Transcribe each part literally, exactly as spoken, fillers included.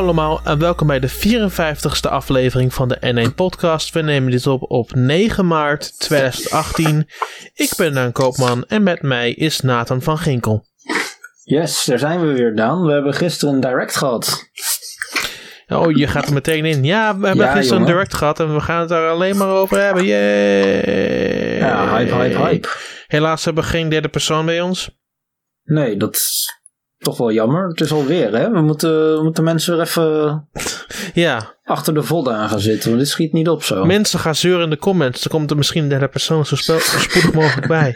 allemaal en welkom bij de vierenvijftigste aflevering van de N één podcast. We nemen dit op op negen maart tweeduizend achttien. Ik ben Daan Koopman en met mij is Nathan van Ginkel. Yes, daar zijn we weer, Daan. We hebben gisteren een direct gehad. Oh, je gaat er meteen in. Ja, we hebben ja, gisteren jongen. een direct gehad en we gaan het er alleen maar over hebben. Yay! Ja, hype, hype, hype. Helaas hebben we geen derde persoon bij ons. Nee, dat is toch wel jammer. Het is alweer, hè? We moeten, we moeten mensen weer even ja. achter de vodden aan gaan zitten, want dit schiet niet op zo. Mensen gaan zeuren in de comments. Dan komt er misschien een derde persoon zo, spel- zo spoedig mogelijk bij.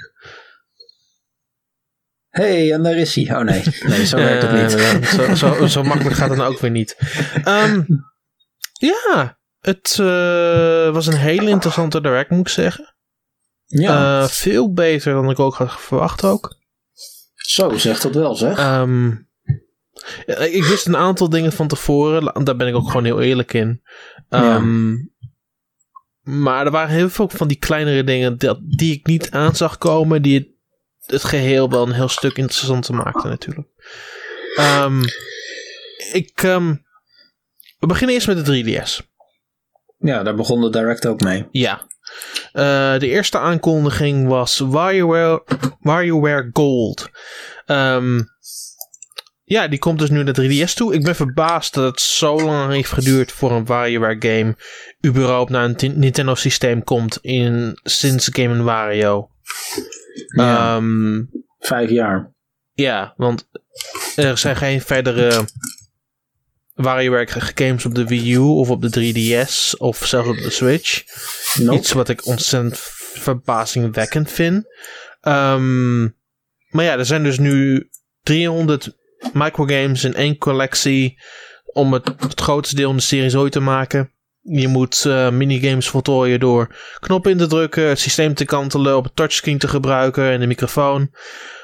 Hé, hey, en daar is hij. Oh nee, nee, zo werkt het niet. Uh, zo, zo, zo makkelijk gaat het dan ook weer niet. Um, ja, het uh, was een hele interessante direct, moet ik zeggen. Ja. Uh, veel beter dan ik ook had verwacht ook. Zo, zegt dat wel, zeg. Um, ik wist een aantal dingen van tevoren. Daar ben ik ook gewoon heel eerlijk in. Um, ja. Maar er waren heel veel van die kleinere dingen die, die ik niet aan zag komen, die het, het geheel wel een heel stuk interessanter maakten natuurlijk. Um, ik, um, we beginnen eerst met de drie D S. Ja, daar begon de direct ook mee. Ja. Uh, de eerste aankondiging was WarioWare, WarioWare Gold. Um, ja, die komt dus nu naar drie D S toe. Ik ben verbaasd dat het zo lang heeft geduurd voor een WarioWare game überhaupt naar een t- Nintendo systeem komt in, sinds Game en Wario. Ja, um, vijf jaar. Ja, want er zijn geen verdere WarioWare games op de Wii U of op de drie D S of zelfs op de Switch. Nope. Iets wat ik ontzettend verbazingwekkend vind. Um, maar ja, er zijn dus nu driehonderd microgames in één collectie om het, het grootste deel van de series ooit te maken. Je moet uh, minigames voltooien door knoppen in te drukken, het systeem te kantelen, op het touchscreen te gebruiken en de microfoon.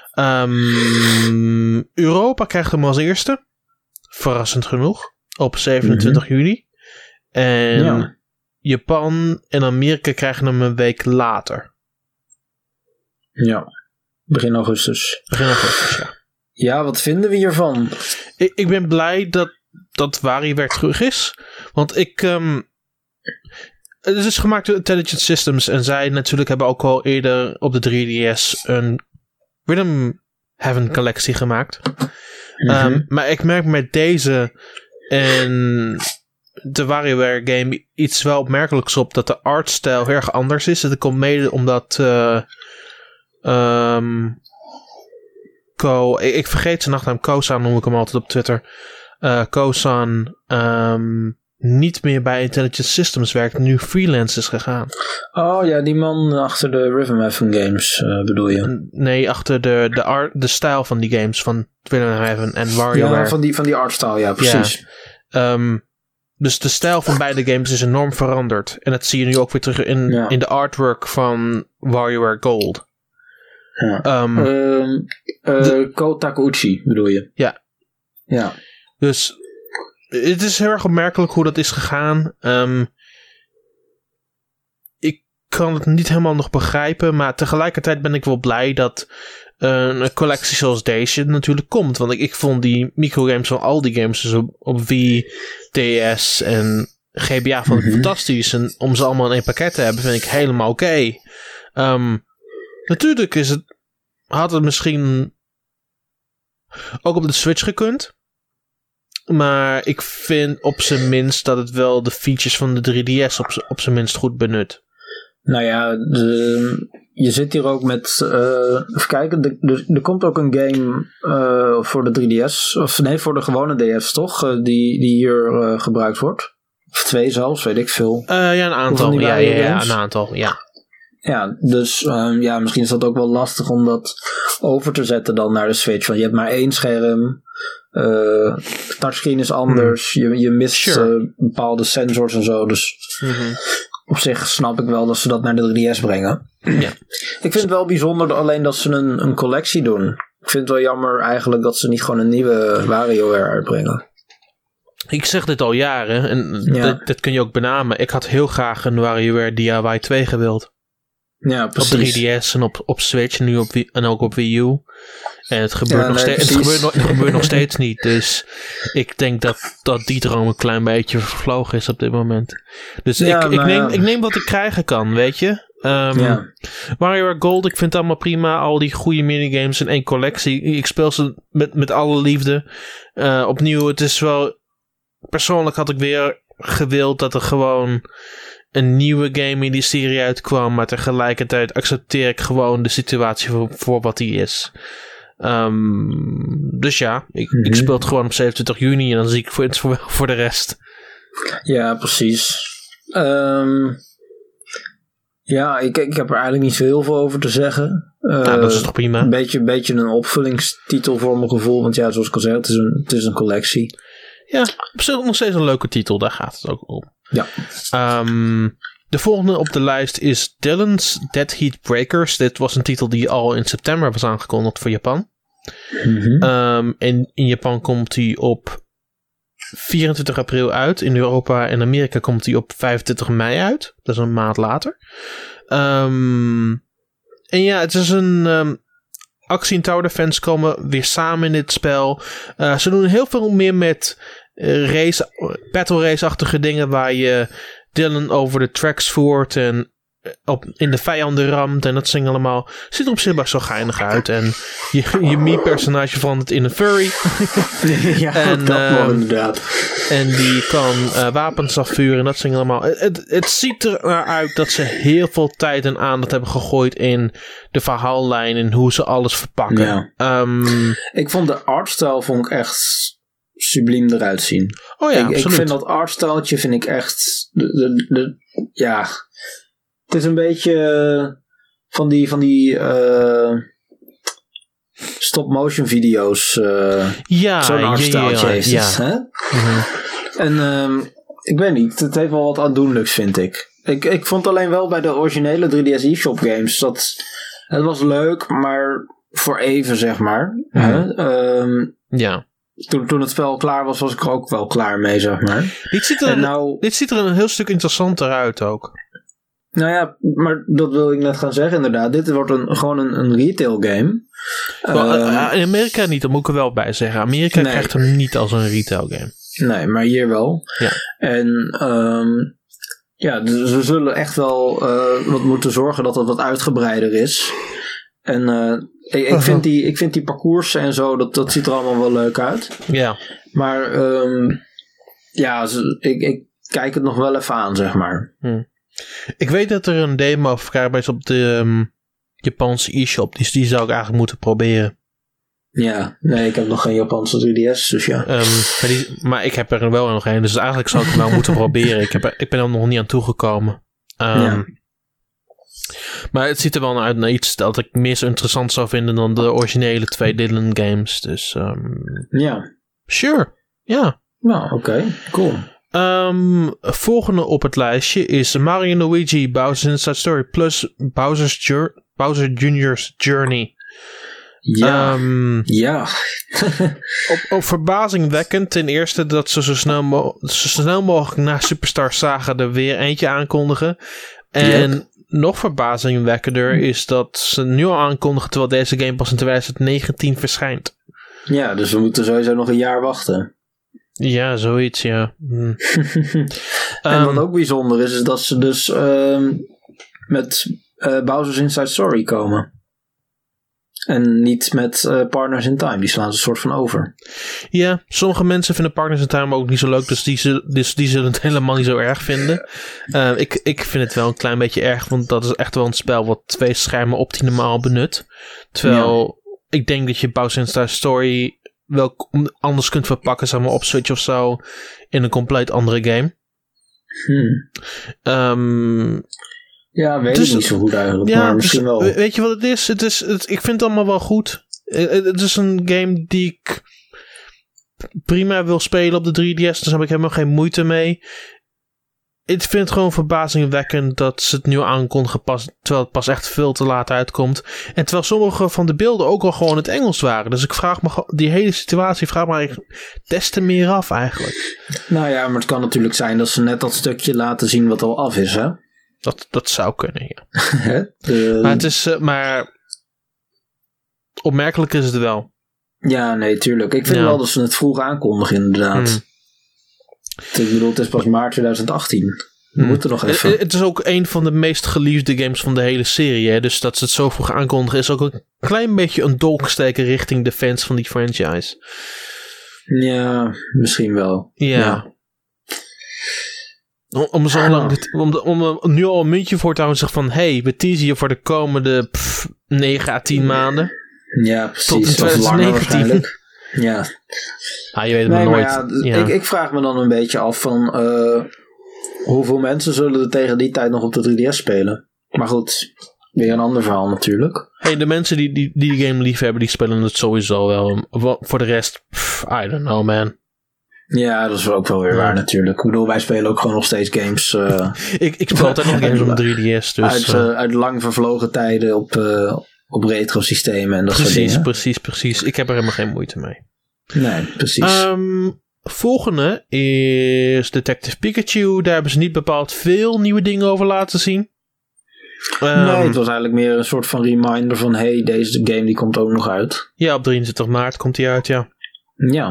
Um, Europa krijgt hem als eerste. Verrassend genoeg. Op zevenentwintig mm-hmm. juli. En ja. Japan en Amerika krijgen hem een week later. Ja. Begin augustus. Begin augustus, ja. Ja, wat vinden we hiervan? Ik, ik ben blij dat, dat WarioWare terug is. Want ik... Um, het is gemaakt door Intelligent Systems. En zij natuurlijk hebben ook al eerder op de drie D S een Rhythm Heaven collectie gemaakt. Mm-hmm. Um, maar ik merk met deze en de WarioWare game iets wel opmerkelijks op, dat de artstijl heel erg anders is. Dat komt mede omdat uh, um, Ko, ik, ik vergeet zijn nachtnaam, Ko-san noem ik hem altijd op Twitter. Uh, Ko-san um, niet meer bij Intelligent Systems werkt, nu freelance is gegaan. Oh ja, die man achter de Rhythm Heaven games uh, bedoel je? Nee, achter de, de, art, de stijl van die games van Rhythm Heaven en WarioWare. Ja, van die, van die artstyle, ja, precies. Ja. Um, dus de stijl van beide games is enorm veranderd. En dat zie je nu ook weer terug in, ja. in de artwork van WarioWare Gold. Ja. Um, uh, uh, de, Ko Takeuchi bedoel je? Ja. Ja. Dus het is heel erg opmerkelijk hoe dat is gegaan. Um, ik kan het niet helemaal nog begrijpen, maar tegelijkertijd ben ik wel blij dat uh, een collectie zoals deze natuurlijk komt. Want ik, ik vond die microgames van al die games, dus op, op Wii, D S en G B A vond ik mm-hmm. fantastisch. En om ze allemaal in één pakket te hebben, vind ik helemaal oké. Okay. Um, natuurlijk is het, had het misschien ook op de Switch gekund. Maar ik vind op zijn minst dat het wel de features van de drie D S op, op zijn minst goed benut. Nou ja, de, je zit hier ook met... Uh, even kijken, de, de, er komt ook een game uh, voor de drie D S. Of nee, voor de gewone D S toch? Uh, die, die hier uh, gebruikt wordt. Of twee zelfs, weet ik veel. Uh, ja, een aantal. Ja, ja, ja, een aantal, ja. Ja, dus uh, ja, misschien is dat ook wel lastig om dat over te zetten dan naar de Switch. Want je hebt maar één scherm. Uh, touchscreen is anders. Hmm. Je, je mist sure. uh, bepaalde sensors en zo. Dus mm-hmm. op zich snap ik wel dat ze dat naar de drie D S brengen. Ja. Ik vind het wel bijzonder alleen dat ze een, een collectie doen. Ik vind het wel jammer eigenlijk dat ze niet gewoon een nieuwe WarioWare uitbrengen. Ik zeg dit al jaren en ja. dit, dit kun je ook benamen. Ik had heel graag een WarioWare D I Y twee gewild. Ja, op drie D S en op, op Switch en nu op en ook op Wii U. En het gebeurt, ja, nog, nee, steeds, het gebeurt, nog, het gebeurt nog steeds niet. Dus ik denk dat, dat die droom een klein beetje vervlogen is op dit moment. Dus ja, ik, ik, neem, ja. ik neem wat ik krijgen kan, weet je. Um, ja. Mario Gold, ik vind het allemaal prima. Al die goede minigames in één collectie. Ik speel ze met, met alle liefde. Uh, opnieuw, het is wel... Persoonlijk had ik weer gewild dat er gewoon een nieuwe game in die serie uitkwam. Maar tegelijkertijd accepteer ik gewoon de situatie voor, voor wat die is. Um, dus ja, ik, mm-hmm. ik speel het gewoon op zevenentwintig juni en dan zie ik voor, het voor, voor de rest. Ja, precies. Um, ja, ik, ik heb er eigenlijk niet zo heel veel over te zeggen. Uh, nou, dat is toch prima. Een beetje, beetje een opvullingstitel voor mijn gevoel. Want ja, zoals ik al zei, het is een, het is een collectie. Ja, op zich nog steeds een leuke titel. Daar gaat het ook om. Ja. Um, de volgende op de lijst is Dylan's Dead Heat Breakers. Dit was een titel die al in september was aangekondigd voor Japan. Mm-hmm. Um, en in Japan komt hij op vierentwintig april uit. In Europa en Amerika komt hij op vijfentwintig mei uit. Dat is een maand later. Um, en ja, het is een... Um, actie- en tower defense komen weer samen in dit spel. Uh, ze doen heel veel meer met uh, race, battle race-achtige dingen waar je Dylan over de tracks voert en op, in de vijanden ramt en dat zingen allemaal. Ziet er op zich best wel geinig uit. En je, je Mii-personage verandert in een furry. Ja, en, dat uh, wel inderdaad. En die kan uh, wapens afvuren en dat zingen allemaal. Het, het, het ziet eruit dat ze heel veel tijd en aandacht hebben gegooid in de verhaallijn en hoe ze alles verpakken. Ja. Um, ik vond de artstyle vond ik echt subliem eruit zien. Oh ja, ik, absoluut. Ik vind dat artstyletje vind ik echt de, de, de, ja... Het is een beetje van die, van die uh, stop-motion video's. Uh, ja, zo'n artstyletje ja, heeft ja. het. Hè? Mm-hmm. En um, ik weet niet, het heeft wel wat aandoenlijks, vind ik. ik. Ik vond alleen wel bij de originele drie D S eShop games dat het was leuk, maar voor even, zeg maar. Mm-hmm. Hè? Um, ja. Toen, toen het spel klaar was, was ik er ook wel klaar mee, zeg maar. Dit ziet er, nou, dit ziet er een heel stuk interessanter uit ook. Nou ja, maar dat wil ik net gaan zeggen inderdaad. Dit wordt een, gewoon een, een retail game. Well, uh, in Amerika niet, dat moet ik er wel bij zeggen. Amerika nee. krijgt hem niet als een retail game. Nee, maar hier wel. Ja. En um, ja, dus we zullen echt wel uh, wat moeten zorgen dat het wat uitgebreider is. En uh, ik, ik, uh-huh. vind die, ik vind die parcoursen en zo, dat, dat ziet er allemaal wel leuk uit. Ja. Maar um, ja, ik, ik kijk het nog wel even aan, zeg maar. Hmm. Ik weet dat er een demo verkrijgbaar is op de um, Japanse e-shop. Dus die zou ik eigenlijk moeten proberen. Ja, nee, ik heb nog geen Japanse drie D S, dus ja. Um, maar, die, maar ik heb er wel nog een, dus eigenlijk zou ik hem wel moeten proberen. Ik, heb er, ik ben er nog niet aan toegekomen. Um, ja. Maar het ziet er wel naar uit naar iets dat ik meer zo interessant zou vinden dan de originele twee Dylan games. Dus um, ja. Sure, ja. Nou, oké, okay. Cool. Um, volgende op het lijstje is Mario en Luigi Bowser's Inside Story plus Bowser's Jur- Bowser Junior's Journey. Ja, um, ja. op, op verbazingwekkend ten eerste dat ze zo snel, mo- zo snel mogelijk na Superstar Saga er weer eentje aankondigen. En yep. nog verbazingwekkender is dat ze nu al aankondigen terwijl deze game pas in twintig negentien verschijnt. Ja, dus we moeten sowieso nog een jaar wachten. Ja, zoiets, ja. Hm. En wat ook bijzonder is, is dat ze dus uh, met uh, Bowser's Inside Story komen. En niet met uh, Partners in Time. Die slaan ze een soort van over. Ja, sommige mensen vinden Partners in Time ook niet zo leuk. Dus die, zullen, dus die zullen het helemaal niet zo erg vinden. Uh, ik, ik vind het wel een klein beetje erg. Want dat is echt wel een spel wat twee schermen optimaal benut. Terwijl ja. ik denk dat je Bowser's Inside Story wel anders kunt verpakken, zeg maar, op Switch of zo, in een compleet andere game. Hmm. Um, ja, weet dus, ik niet zo goed eigenlijk, ja, maar misschien dus, wel. Weet je wat het is? Het is het, ik vind het allemaal wel goed. Het, het is een game die ik prima wil spelen op de drie D S, dus heb ik helemaal geen moeite mee. Ik vind het gewoon verbazingwekkend dat ze het nu aankondigen pas, terwijl het pas echt veel te laat uitkomt. En terwijl sommige van de beelden ook al gewoon het Engels waren. Dus ik vraag me, die hele situatie vraag me des te meer af eigenlijk. Nou ja, maar het kan natuurlijk zijn dat ze net dat stukje laten zien wat al af is, hè? Dat, dat zou kunnen, ja. de... Maar het is... Uh, maar... Opmerkelijk is het wel. Ja, nee, tuurlijk. Ik vind ja. wel dat ze het vroeg aankondigen, inderdaad. Hmm. Ik bedoel, het is pas maart twintig achttien. We hmm. moeten nog even... Het is ook een van de meest geliefde games van de hele serie. Hè? Dus dat ze het zo vroeg aankondigen is ook een klein beetje een dolksteken richting de fans van die franchise. Ja, misschien wel. Ja. ja. Om, om, zo lang, om, om, om nu al een muntje voor te houden en zeggen van... Hé, hey, we teasen je voor de komende pff, negen à tien maanden. Ja, precies. Tot in twintig negentien. Ja. Ah, je weet het nee, nooit. Maar ja, ja. Ik, ik vraag me dan een beetje af van... Uh, hoeveel mensen zullen er tegen die tijd nog op de drie D S spelen? Maar goed, weer een ander verhaal natuurlijk. Hey, de mensen die die, die game lief hebben, die spelen het sowieso wel. Voor de rest, pff, I don't know, man. Ja, dat is ook wel weer ja. waar natuurlijk. Ik bedoel, wij spelen ook gewoon nog steeds games. Uh, ik, ik speel altijd nog games op drie D S. Dus, uit, uh, uit lang vervlogen tijden op, uh, op retro systemen en dat precies, soort dingen. Precies, precies, precies. Ik heb er helemaal geen moeite mee. Nee, precies. Um, volgende is Detective Pikachu. Daar hebben ze niet bepaald veel nieuwe dingen over laten zien. Um, nee, het was eigenlijk meer een soort van reminder van... hey, deze game die komt ook nog uit. Ja, op drieëntwintig maart komt die uit, ja. Ja.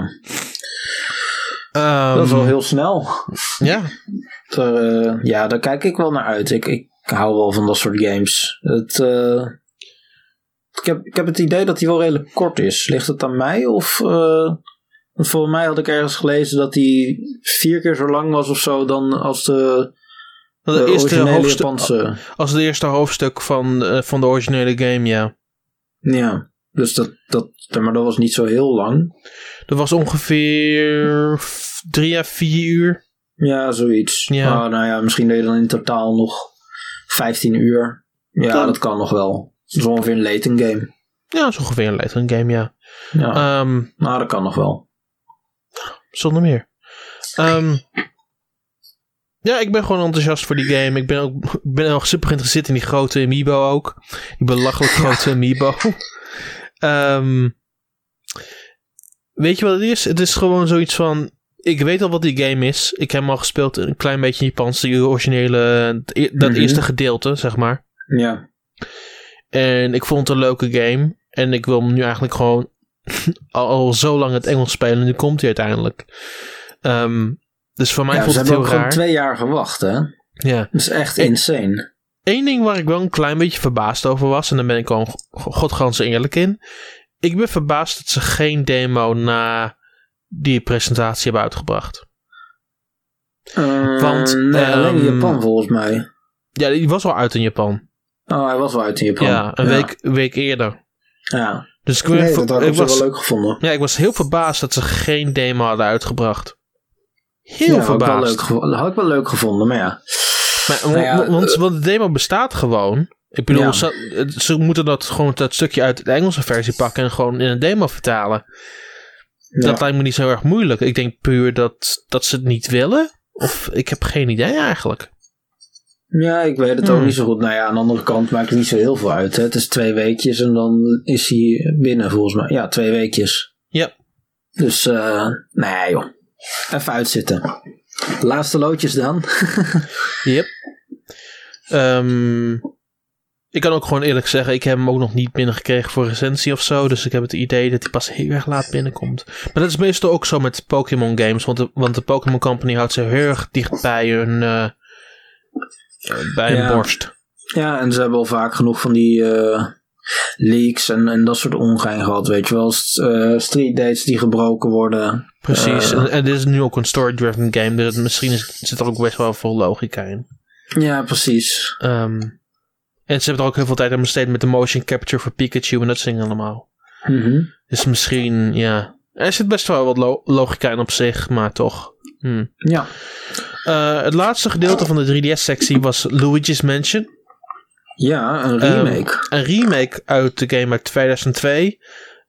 Um, dat is wel heel snel. Ja. Ter, uh, ja, daar kijk ik wel naar uit. Ik, ik hou wel van dat soort games. Het, uh, ik, heb, ik heb het idee dat die wel redelijk kort is. Ligt het aan mij? Of uh, volgens mij had ik ergens gelezen dat die vier keer zo lang was of zo dan als de, de, de originele hoofdstuk, Japanse. Als het eerste hoofdstuk van, uh, van de originele game, ja. Ja, dus dat, dat, maar dat was niet zo heel lang. Dat was ongeveer drie à vier uur. Ja, zoiets. Ja. Oh, nou ja, misschien deed je dan in totaal nog vijftien uur. Ja, dan... dat kan nog wel. Dat is ongeveer een Layton game. Ja, dat is ongeveer een Layton game, ja. ja. Um, nou, dat kan nog wel. Zonder meer. Um, ja, ik ben gewoon enthousiast voor die game. Ik ben ook, ik ben ook super geïnteresseerd in die grote amiibo ook. Die belachelijk grote amiibo. um, weet je wat het is? Het is gewoon zoiets van... Ik weet al wat die game is. Ik heb hem al gespeeld een klein beetje in Japans. Die originele... Dat mm-hmm. eerste gedeelte, zeg maar. Ja. En ik vond het een leuke game. En ik wil hem nu eigenlijk gewoon... al, al zo lang het Engels spelen. En nu komt hij uiteindelijk. Um, dus voor mij ja, vond het heel raar. Ze hebben ook gewoon twee jaar gewacht, hè? Ja. Dat is echt en, insane. Eén ding waar ik wel een klein beetje verbaasd over was. En daar ben ik gewoon godgans eerlijk in. Ik ben verbaasd dat ze geen demo na... die presentatie hebben uitgebracht. Uh, Want, nee, um, alleen in Japan volgens mij. Ja, die was al uit in Japan. Oh, hij was wel uit in Japan. Ja, een, ja. Week, een week eerder. Ja. Dus ik, nee, ver, dat had ik, ik was, wel leuk gevonden. Ja, ik was heel verbaasd dat ze geen demo hadden uitgebracht. Heel ja, verbaasd. Had dat had ik wel leuk gevonden, maar ja. Maar, nou ja want, want, want de demo bestaat gewoon. Ik bedoel, ja. ze, ze moeten dat gewoon dat stukje uit de Engelse versie pakken en gewoon in een demo vertalen. Ja. Dat lijkt me niet zo erg moeilijk. Ik denk puur dat, dat ze het niet willen. Of ik heb geen idee eigenlijk. Ja, ik weet het hmm. ook niet zo goed. Nou ja, aan de andere kant maakt het niet zo heel veel uit. Hè. Het is twee weekjes en dan is hij binnen volgens mij. Ja, twee weekjes. Ja. Dus, uh, nee joh. Even uitzitten. Laatste loodjes dan. Yep. Um, ik kan ook gewoon eerlijk zeggen, ik heb hem ook nog niet binnengekregen voor recensie of zo. Dus ik heb het idee dat hij pas heel erg laat binnenkomt. Maar dat is meestal ook zo met Pokémon games. Want de, want de Pokémon Company houdt ze heel erg dicht bij hun, uh, bij hun ja. borst. Ja, en ze hebben al vaak genoeg van die uh, leaks en, en dat soort ongein gehad. Weet je wel, St- uh, street dates die gebroken worden. Precies, uh, en, en dit is nu ook een story-driven game. Dus misschien is, zit er ook best wel veel logica in. Ja, precies. Um, en ze hebben er ook heel veel tijd aan besteed met de motion capture voor Pikachu en dat soort dingen allemaal. Mm-hmm. Dus misschien, ja... Er zit best wel wat lo- logica in op zich, maar toch. Hmm. Ja. Uh, het laatste gedeelte van de drie D S-sectie was Luigi's Mansion. Ja, een remake. Um, een remake uit de game uit tweeduizend twee.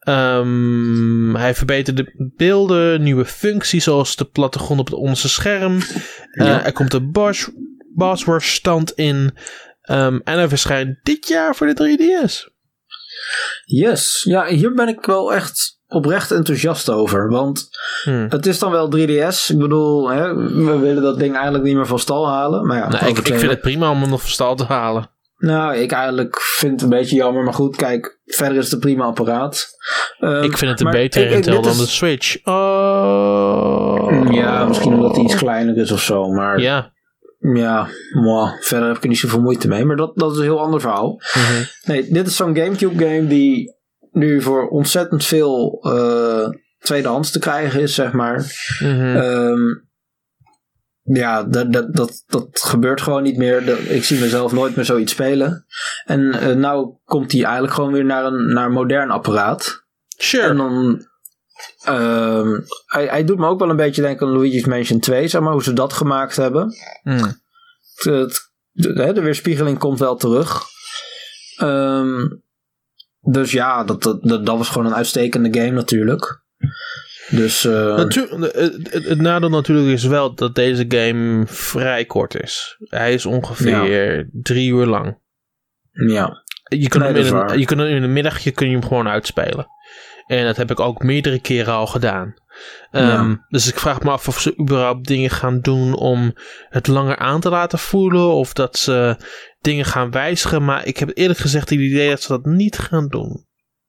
Um, hij verbeterde beelden, nieuwe functies zoals de plattegrond op het onderste scherm. Uh, ja. Er komt een boss, boss rush stand in. Um, en hij verschijnt dit jaar voor de drie D S. Yes, ja, hier ben ik wel echt oprecht enthousiast over. Want hmm. het is dan wel drie D S. Ik bedoel, hè, we willen dat ding eigenlijk niet meer van stal halen. Maar ja, nou, ik, ik vind het prima om hem nog van stal te halen. Nou, ik eigenlijk vind het een beetje jammer. Maar goed, kijk, verder is het een prima apparaat. Um, ik vind het een betere Intel dan is... de Switch. Oh. Ja, misschien omdat hij iets kleiner is of zo. Maar ja, ja mwah, verder heb ik er niet zoveel moeite mee. Maar dat, dat is een heel ander verhaal. Mm-hmm. Nee, dit is zo'n Gamecube game die nu voor ontzettend veel uh, tweedehands te krijgen is, zeg maar. Mm-hmm. Um, ja, dat, dat, dat, dat gebeurt gewoon niet meer. De, ik zie mezelf nooit meer zoiets spelen. En uh, nou komt hij eigenlijk gewoon weer naar een, naar een modern apparaat. Sure. En dan um, hij, hij doet me ook wel een beetje denken aan Luigi's Mansion twee, zeg maar, hoe ze dat gemaakt hebben. Mm. Het, het, de, de weerspiegeling komt wel terug. Um, dus ja, dat, dat, dat, dat was gewoon een uitstekende game natuurlijk. Dus, uh, Natuur, het, het, het nadeel natuurlijk is wel dat deze game vrij kort is. Hij is ongeveer ja. drie uur lang. Ja. Je kunt, nee, hem in een, je kunt hem in een middagje kun je hem gewoon uitspelen. En dat heb ik ook meerdere keren al gedaan. Um, ja. Dus ik vraag me af of ze überhaupt dingen gaan doen om het langer aan te laten voelen. Of dat ze dingen gaan wijzigen. Maar ik heb eerlijk gezegd het idee dat ze dat niet gaan doen.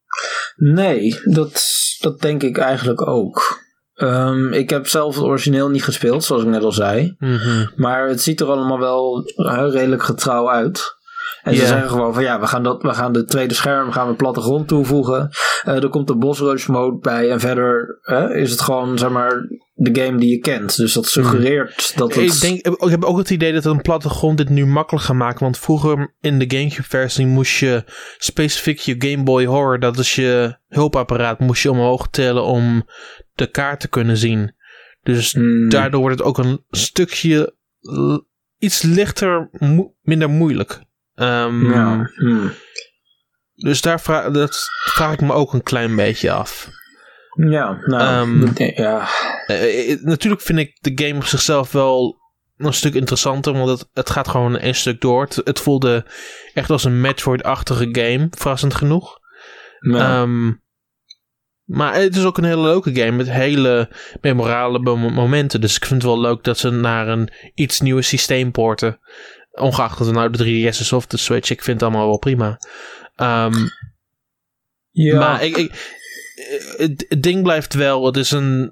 Nee, dat, dat denk ik eigenlijk ook. Um, ik heb zelf het origineel niet gespeeld, zoals ik net al zei. Mm-hmm. Maar het ziet er allemaal wel uh, redelijk getrouw uit. En yeah. ze zeggen gewoon van ja, we gaan, dat, we gaan de tweede scherm, gaan we plattegrond toevoegen. Uh, er komt de boss rush mode bij. En verder uh, is het gewoon, zeg maar, de game die je kent. Dus dat suggereert mm. dat het... Ik, denk, ik heb ook het idee dat een plattegrond dit nu makkelijk gaat maken. Want vroeger in de Gamecube versie moest je specifiek je Game Boy Horror, dat is je hulpapparaat, moest je omhoog tillen om de kaart te kunnen zien. Dus mm. daardoor wordt het ook een stukje l- iets lichter, mo- minder moeilijk. Um, ja. hmm. Dus daar vraag, dat vraag ik me ook een klein beetje af. Ja, nou, um, dat, ja. Uh, natuurlijk vind ik de game op zichzelf wel een stuk interessanter, want het, het gaat gewoon een stuk door. Het, het voelde echt als een Metroid-achtige game, verrassend genoeg. Ja. Um, maar het is ook een hele leuke game met hele memorabele momenten. Dus ik vind het wel leuk dat ze naar een iets nieuwe systeem porten. Ongeacht of het nou de drie D S is of de Switch. Ik vind het allemaal wel prima. Um, ja. Maar ik, ik, het, het ding blijft wel. Het is een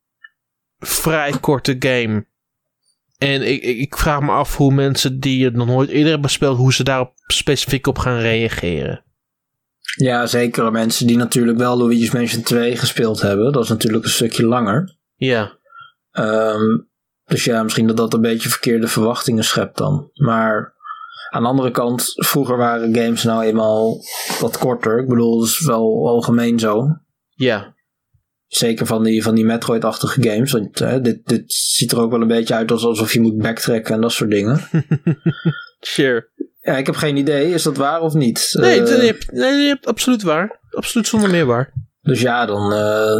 vrij korte game. En ik, ik vraag me af hoe mensen die het nog nooit eerder hebben gespeeld, hoe ze daar specifiek op gaan reageren. Ja, zeker mensen die natuurlijk wel Luigi's Mansion twee gespeeld hebben. Dat is natuurlijk een stukje langer. Ja. Um, dus ja, misschien dat dat een beetje verkeerde verwachtingen schept dan. Maar aan de andere kant, vroeger waren games nou eenmaal wat korter. Ik bedoel, dat is wel algemeen zo. Ja. Zeker van die, van die Metroid-achtige games. Want hè, dit, dit ziet er ook wel een beetje uit alsof je moet backtracken en dat soort dingen. Sure. Ja, ik heb geen idee. Is dat waar of niet? Nee, uh, je hebt, nee, je hebt absoluut waar. Absoluut zonder meer waar. Dus ja, dan... Uh,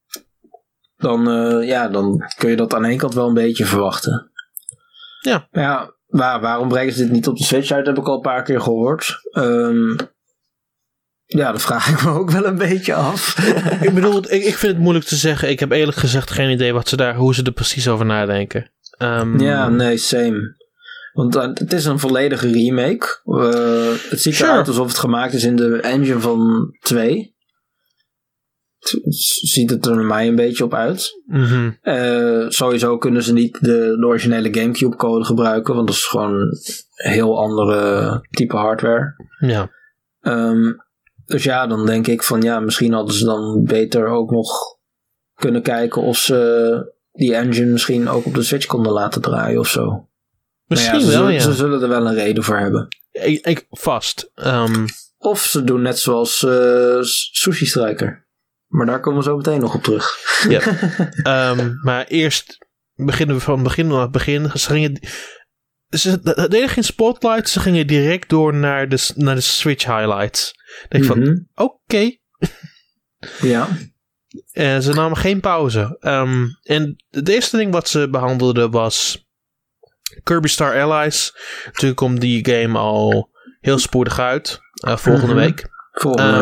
dan, uh, ja, dan kun je dat aan de ene kant wel een beetje verwachten. Ja. Maar ja, waar, waarom brengen ze dit niet op de Switch uit? Heb ik al een paar keer gehoord. Um, ja, dat vraag ik me ook wel een beetje af. Ik bedoel, ik, ik vind het moeilijk te zeggen. Ik heb eerlijk gezegd geen idee wat ze daar, hoe ze er precies over nadenken. Um, ja, nee, same. Want uh, het is een volledige remake. Uh, het ziet sure. eruit alsof het gemaakt is in de engine van twee. Ziet het er naar mij een beetje op uit. Mm-hmm. Uh, sowieso kunnen ze niet de, de originele Gamecube code gebruiken, want dat is gewoon een heel andere type hardware. Ja. Um, dus ja, dan denk ik van ja, misschien hadden ze dan beter ook nog kunnen kijken of ze die engine misschien ook op de Switch konden laten draaien of zo. Misschien ja, ze wel, zullen, ja. Ze zullen er wel een reden voor hebben. Ik, ik, vast. Um, of ze doen net zoals uh, Sushi Striker. Maar daar komen we zo meteen nog op terug. Ja. um, maar eerst beginnen we van het begin naar het begin. Ze gingen, ze deden geen spotlight. Ze gingen direct door naar de, naar de Switch highlights. Ik denk mm-hmm. van, oké. Okay. Ja. En ze namen geen pauze. Um, en het eerste ding wat ze behandelden was Kirby Star Allies. Natuurlijk komt die game al heel spoedig uit. Uh, volgende mm-hmm. week. Volgende um, week.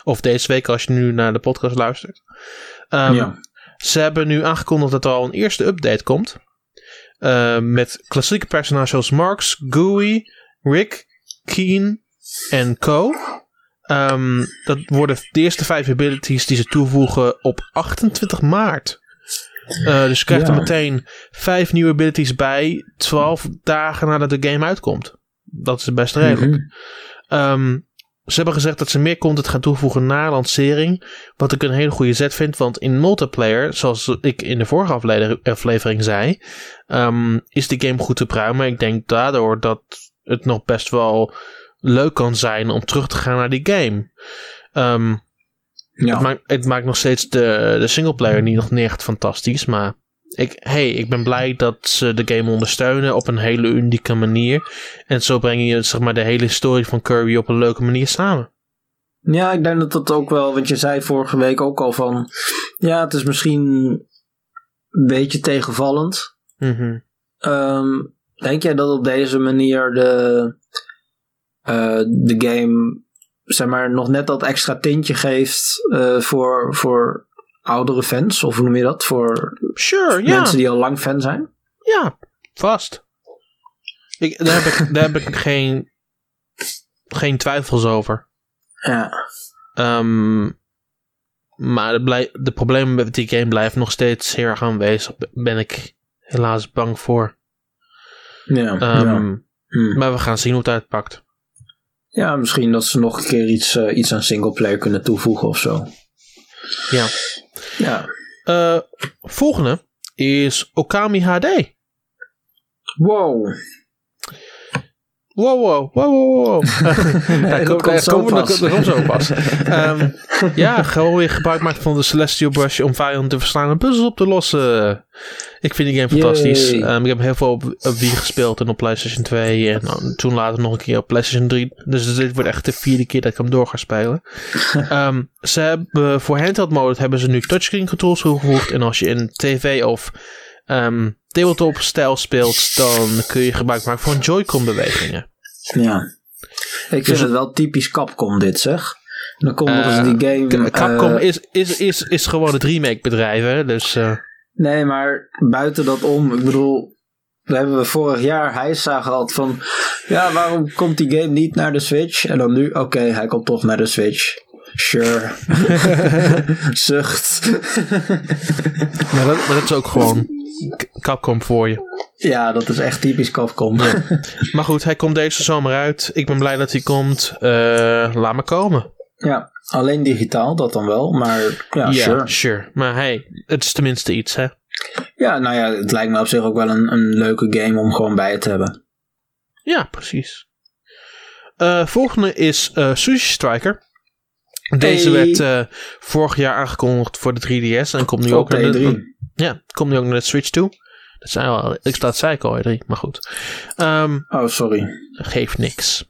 Of deze week als je nu naar de podcast luistert. Um, ja. Ze hebben nu aangekondigd dat er al een eerste update komt. Uh, met klassieke personages zoals Marx, Gooey, Rick, Keen en Co. Um, dat worden de eerste vijf abilities die ze toevoegen op achtentwintig maart. Uh, dus je krijgt ja. er meteen vijf nieuwe abilities bij, twaalf dagen nadat de game uitkomt. Dat is best redelijk. Mm-hmm. Um, ze hebben gezegd dat ze meer content gaan toevoegen na lancering. Wat ik een hele goede zet vind. Want in multiplayer, zoals ik in de vorige aflevering zei, um, is de game goed te pruimen. Ik denk daardoor dat het nog best wel leuk kan zijn om terug te gaan naar die game. Um, ja. het, maakt, het maakt nog steeds de, de singleplayer niet nog niet echt fantastisch. Maar ik, hey, ik ben blij dat ze de game ondersteunen op een hele unieke manier. En zo breng je zeg maar, de hele historie van Kirby op een leuke manier samen. Ja, ik denk dat dat ook wel, want je zei vorige week ook al van, ja, het is misschien een beetje tegenvallend. Mm-hmm. Um, denk jij dat op deze manier de, uh, de game, zeg maar, nog net dat extra tintje geeft uh, voor, voor oudere fans? Of hoe noem je dat? Voor sure, mensen yeah. die al lang fan zijn? Ja, vast. Ik, daar, heb ik, daar heb ik geen, geen twijfels over. Ja. Um, maar de, blij, de problemen met die game blijven nog steeds heel erg aanwezig. Ben ik helaas bang voor. Ja, um, ja. Hm. Maar we gaan zien hoe het uitpakt. Ja, misschien dat ze nog een keer iets, uh, iets aan singleplayer kunnen toevoegen of zo. Ja. Ja. Uh, volgende is Okami H D. Wow. Wow, wow, wow, wow, wow. nee, daar komt kom, zo kom, pas. Dat komt zo pas. Um, ja, gewoon weer gebruik maken van de Celestial Brush om vijanden te verslaan en puzzels op te lossen. Ik vind die game fantastisch. Um, ik heb heel veel op, op Wii gespeeld en op PlayStation twee. En nou, toen later nog een keer op PlayStation drie. Dus dit wordt echt de vierde keer dat ik hem door ga spelen. um, ze hebben voor handheld mode hebben ze nu touchscreen controls toegevoegd. En als je in tv of um, tabletop stijl speelt, dan kun je gebruik maken van Joy-Con bewegingen. Ja. Ik vind dus, het wel typisch Capcom dit, zeg. Dan komt nog eens die game... Capcom uh, is, is, is, is gewoon het remake bedrijf, hè? Dus, uh... Nee, maar buiten dat om, ik bedoel, we hebben vorig jaar Heisa gehad van, ja, waarom komt die game niet naar de Switch? En dan nu, oké, okay, hij komt toch naar de Switch. Sure. Zucht. maar, dat, maar dat is ook gewoon Capcom voor je. Ja, dat is echt typisch Capcom. Ja. Maar goed, hij komt deze zomer uit. Ik ben blij dat hij komt. Uh, laat me komen. Ja, alleen digitaal, dat dan wel. Maar ja, ja sure. sure. Maar hey, het is tenminste iets, hè? Ja, nou ja, het lijkt me op zich ook wel een, een leuke game om gewoon bij te hebben. Ja, precies. Uh, volgende is uh, Sushi Striker. Deze hey. werd uh, vorig jaar aangekondigd voor de drie D S en komt nu ook naar de, ja, komt nu ook naar de Switch toe. Dat zei al, ik dat zei ik al, drie, maar goed. Um, oh, sorry. Geeft niks.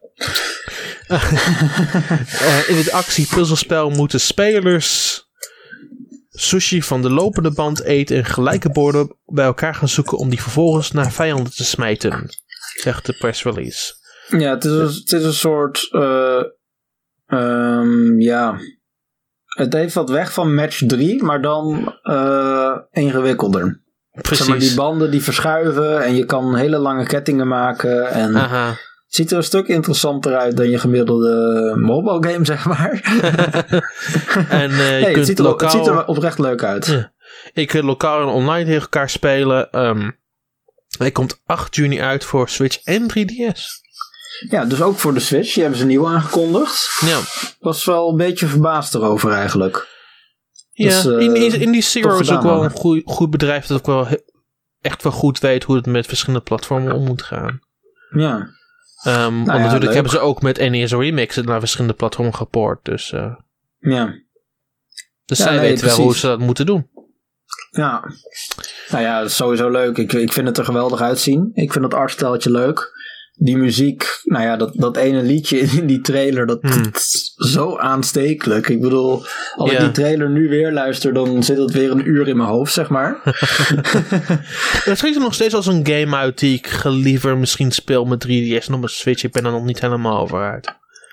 uh, in dit actie-puzzelspel moeten spelers sushi van de lopende band eten en gelijke borden bij elkaar gaan zoeken om die vervolgens naar vijanden te smijten, zegt de press release. Ja, het is een, het is een soort uh, um, ja, het heeft wat weg van match drie, maar dan uh, ingewikkelder. Precies. Zeg maar, die banden die verschuiven en je kan hele lange kettingen maken en Aha. Het ziet er een stuk interessanter uit dan je gemiddelde mobile game, zeg maar. en, uh, je hey, kunt het, ziet er, lokaal... het ziet er oprecht leuk uit. Ja. Je kunt lokaal en online tegen elkaar spelen. Um, hij komt acht juni uit voor Switch en drie D S. Ja, dus ook voor de Switch. Die hebben ze nieuw aangekondigd. Ja. Ik was wel een beetje verbaasd erover eigenlijk. Ja, dus, uh, Indie, Indie Zero is ook wel een goed, goed bedrijf dat ook wel he- echt wel goed weet hoe het met verschillende platformen om moet gaan. Ja. Um, nou want ja, natuurlijk leuk. hebben ze ook met N E S Remix naar verschillende platformen gepoord. Dus, uh, ja. dus ja, zij nee, weten precies. wel hoe ze dat moeten doen. Ja. Nou ja, dat is sowieso leuk. Ik, ik vind het er geweldig uitzien. Ik vind het artstijltje leuk. Die muziek, nou ja, dat, dat ene liedje in die trailer, dat, hmm. dat is zo aanstekelijk. Ik bedoel, als ja. ik die trailer nu weer luister, dan zit het weer een uur in mijn hoofd, zeg maar. Het schiet er nog steeds als een game uit die ik liever misschien speel met drie D S en op een Switch. Ik ben er nog niet helemaal over uit.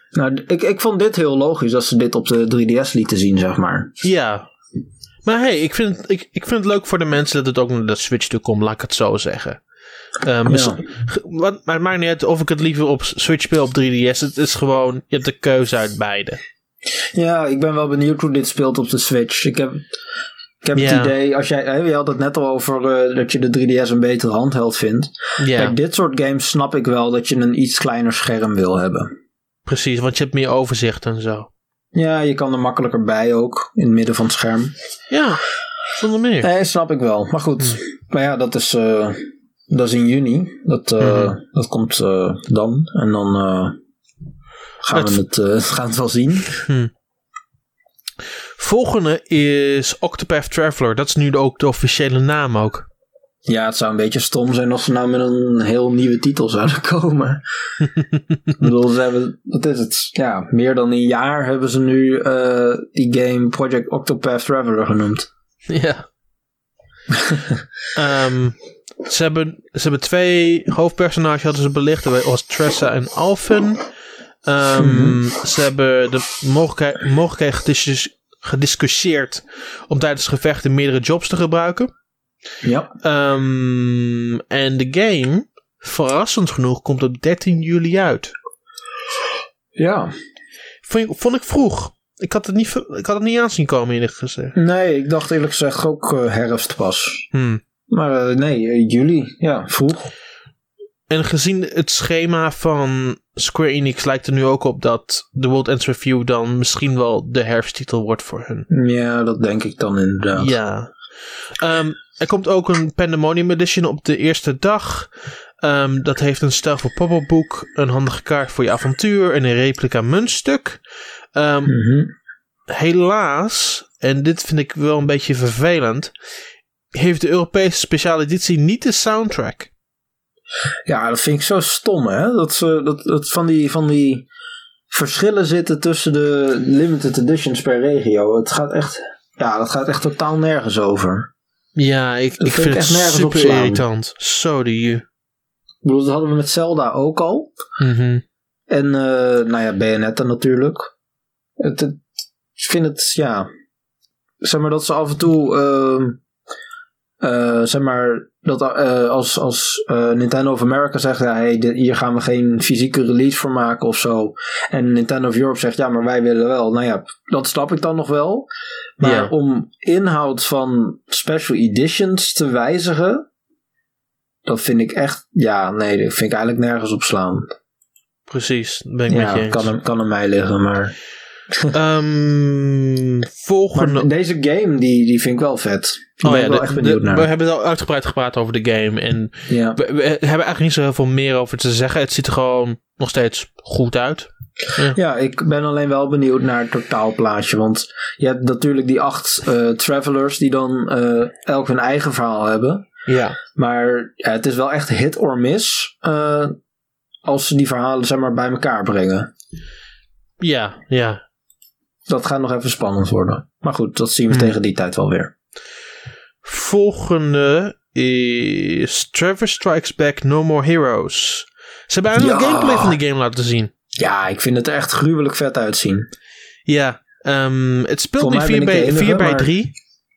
Nou, ik, ik vond dit heel logisch als ze dit op de drie D S lieten zien, zeg maar. Ja. Maar hey, ik vind, ik, ik vind het leuk voor de mensen dat het ook naar de Switch toe komt, laat ik het zo zeggen. Um, ja. wat, maar het maakt niet uit of ik het liever op Switch speel op drie D S. Het is gewoon, je hebt de keuze uit beide. Ja, ik ben wel benieuwd hoe dit speelt op de Switch. Ik heb, ik heb ja. het idee, als jij, je had het net al over uh, dat je de drie D S een betere handheld vindt. Ja. Bij dit soort games snap ik wel dat je een iets kleiner scherm wil hebben. Precies, want je hebt meer overzicht en zo. Ja, je kan er makkelijker bij ook, in het midden van het scherm. Ja, zonder meer. Nee, snap ik wel. Maar goed, hmm. maar ja, dat is, uh, dat is in juni. Dat, uh, hmm. dat komt uh, dan. En dan uh, gaan, het... We het, uh, gaan het wel zien. Hmm. Volgende is Octopath Traveler. Dat is nu ook de officiële naam ook. Ja, het zou een beetje stom zijn als ze nou met een heel nieuwe titel zouden komen. Ik bedoel, ze hebben, wat is het? Ja, meer dan een jaar hebben ze nu uh, die game Project Octopath Traveler genoemd. Ja. um, ze, hebben, ze hebben twee hoofdpersonages hadden ze belicht. Dat was Tressa en Alphen. Um, mm-hmm. Ze hebben de mogelijkheid, mogelijkheid gedis- gediscussieerd om tijdens gevechten meerdere jobs te gebruiken. Ja. Um, en de game, verrassend genoeg, komt op dertien juli uit. Ja. Vond, vond ik vroeg. Ik had het niet, ik had het niet aanzien komen, eerlijk gezegd. Nee, ik dacht eerlijk gezegd ook uh, herfst pas. Hmm. Maar uh, nee, uh, juli. Ja, vroeg. En gezien het schema van Square Enix lijkt er nu ook op dat The World Ends With You dan misschien wel de herfsttitel wordt voor hun. Ja, dat denk ik dan inderdaad. Ja. Um, er komt ook een Pandemonium Edition op de eerste dag. Um, dat heeft een stijl voor pop-up boek, een handige kaart voor je avontuur en een replica muntstuk. Um, mm-hmm. Helaas, en dit vind ik wel een beetje vervelend, heeft de Europese speciale editie niet de soundtrack. Ja, dat vind ik zo stom, hè? Dat, ze, dat, dat van, die, van die verschillen zitten tussen de limited editions per regio. Het gaat echt, ja, dat gaat echt totaal nergens over. Ja, ik, ik vind, vind het super irritant. So do you. Ik bedoel, dat hadden we met Zelda ook al. Mm-hmm. En, uh, nou ja, Bayonetta natuurlijk. Het, het, ik vind het, ja... Zeg maar dat ze af en toe... Uh, uh, zeg maar... Dat uh, als, als uh, Nintendo of America zegt... Ja, hey, dit, hier gaan we geen fysieke release voor maken of zo. En Nintendo of Europe zegt... Ja, maar wij willen wel. Nou ja, dat snap ik dan nog wel. Maar yeah. om inhoud van special editions te wijzigen... Dat vind ik echt... Ja, nee, dat vind ik eigenlijk nergens op slaan. Precies, ben ik ja, met je eens. Kan er, kan aan mij liggen, maar... um, volgende... Maar deze game, die, die vind ik wel vet. Ik oh ben ja, wel de, echt benieuwd de, naar. we hebben het al uitgebreid gepraat over de game. En ja. we, we hebben eigenlijk niet zo heel veel meer over te zeggen. Het ziet er gewoon nog steeds goed uit. Ja, ja ik ben alleen wel benieuwd naar het totaalplaatje. Want je hebt natuurlijk die acht uh, travelers die dan uh, elk hun eigen verhaal hebben. Ja. Maar ja, het is wel echt hit or miss uh, als ze die verhalen zeg maar bij elkaar brengen. Ja, ja. Dat gaat nog even spannend worden. Maar goed, dat zien we hmm. tegen die tijd wel weer. Volgende is Travis Strikes Back No More Heroes. Ze hebben eigenlijk ja. gameplay van de game laten zien. Ja, ik vind het er echt gruwelijk vet uitzien. Ja, um, het speelt nu vier bij drie.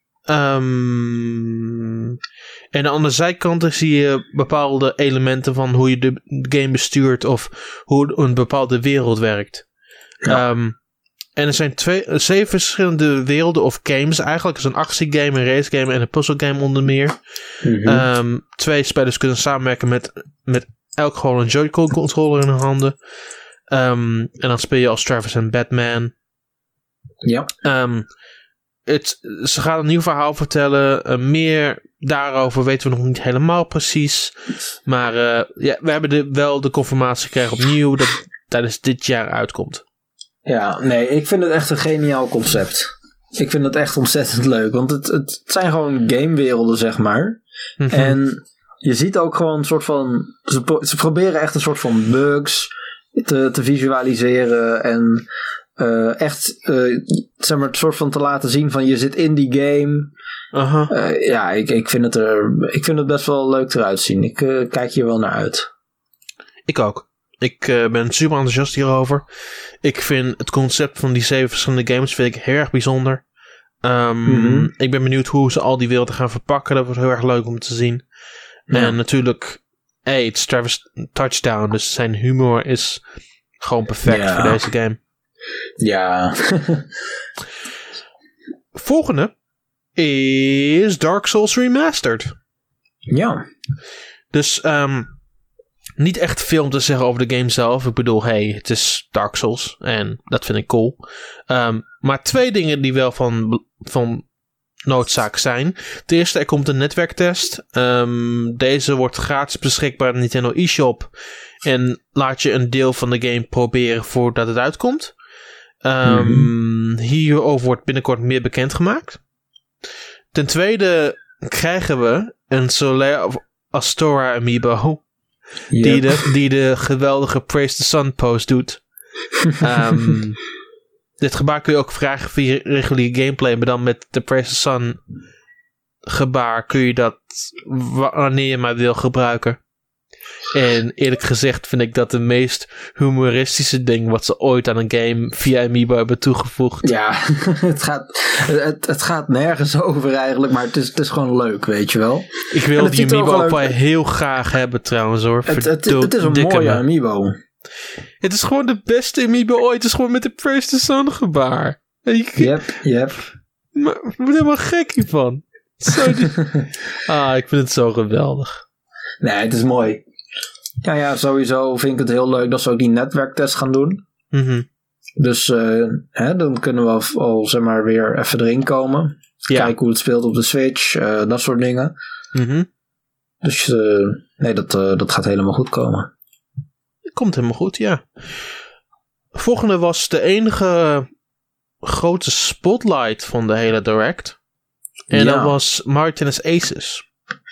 Um, en aan de zijkanten zie je bepaalde elementen van hoe je de game bestuurt of hoe een bepaalde wereld werkt. Ja. Um, en er zijn twee, zeven verschillende werelden of games eigenlijk. Het is een actiegame, een racegame en een puzzelgame onder meer. Mm-hmm. Um, twee spelers kunnen samenwerken met, met elk gewoon een Joy-Con controller in hun handen. Um, en dan speel je als Travis en Batman. Ja. Um, het, ze gaan een nieuw verhaal vertellen. Uh, meer daarover weten we nog niet helemaal precies. Maar uh, ja, we hebben de, wel de confirmatie gekregen opnieuw dat tijdens dit jaar uitkomt. Ja, nee, ik vind het echt een geniaal concept. Ik vind het echt ontzettend leuk. Want het, het zijn gewoon gamewerelden, zeg maar. Mm-hmm. En je ziet ook gewoon een soort van... Ze, pro- ze proberen echt een soort van bugs te, te visualiseren. En uh, echt, uh, zeg maar, een soort van te laten zien van je zit in die game. Uh-huh. Uh, ja, ik, ik, vind het er, ik vind het best wel leuk eruit zien. Ik uh, kijk hier wel naar uit. Ik ook. Ik uh, ben super enthousiast hierover. Ik vind het concept van die zeven verschillende games vind ik heel erg bijzonder. Um, mm-hmm. Ik ben benieuwd hoe ze al die werelden gaan verpakken. Dat wordt heel erg leuk om te zien. Ja. En natuurlijk, hey, het is Travis Touchdown. Dus zijn humor is gewoon perfect ja. voor deze game. Ja. Volgende is Dark Souls Remastered. Ja. Dus um, niet echt veel om te zeggen over de game zelf. Ik bedoel, hey, het is Dark Souls. En dat vind ik cool. Um, maar twee dingen die wel van, van noodzaak zijn. Ten eerste, er komt een netwerktest. Um, deze wordt gratis beschikbaar in de Nintendo eShop. En laat je een deel van de game proberen voordat het uitkomt. Um, mm-hmm. Hierover wordt binnenkort meer bekendgemaakt. Ten tweede krijgen we een Solaire of Astora Amiibo. Yep. Die, de, die de geweldige Praise the Sun pose doet. um, dit gebaar kun je ook vragen via reguliere gameplay. Maar dan met de Praise the Sun gebaar kun je dat wanneer je maar wil gebruiken. En eerlijk gezegd vind ik dat de meest humoristische ding wat ze ooit aan een game via Amiibo hebben toegevoegd. Ja, het gaat, het, het gaat nergens over eigenlijk, maar het is, het is gewoon leuk, weet je wel. Ik wil die Amiibo ook wel heel graag hebben trouwens hoor. Het, het, het is een mooie me. Amiibo. Het is gewoon de beste Amiibo ooit. Het is gewoon met de Praise the Sun gebaar. Yep, yep. Maar ik ben helemaal gek hiervan. Zo die... ah, ik vind het zo geweldig. Nee, het is mooi. Ja, ja, sowieso vind ik het heel leuk dat ze ook die netwerktest gaan doen. Mm-hmm. Dus uh, hè, dan kunnen we al, al zeg maar weer even erin komen. Ja. Kijken hoe het speelt op de Switch, uh, dat soort dingen. Mm-hmm. Dus uh, nee, dat, uh, dat gaat helemaal goed komen. Komt helemaal goed, ja. Volgende was de enige grote spotlight van de hele Direct. En ja. dat was Mario Tennis Aces.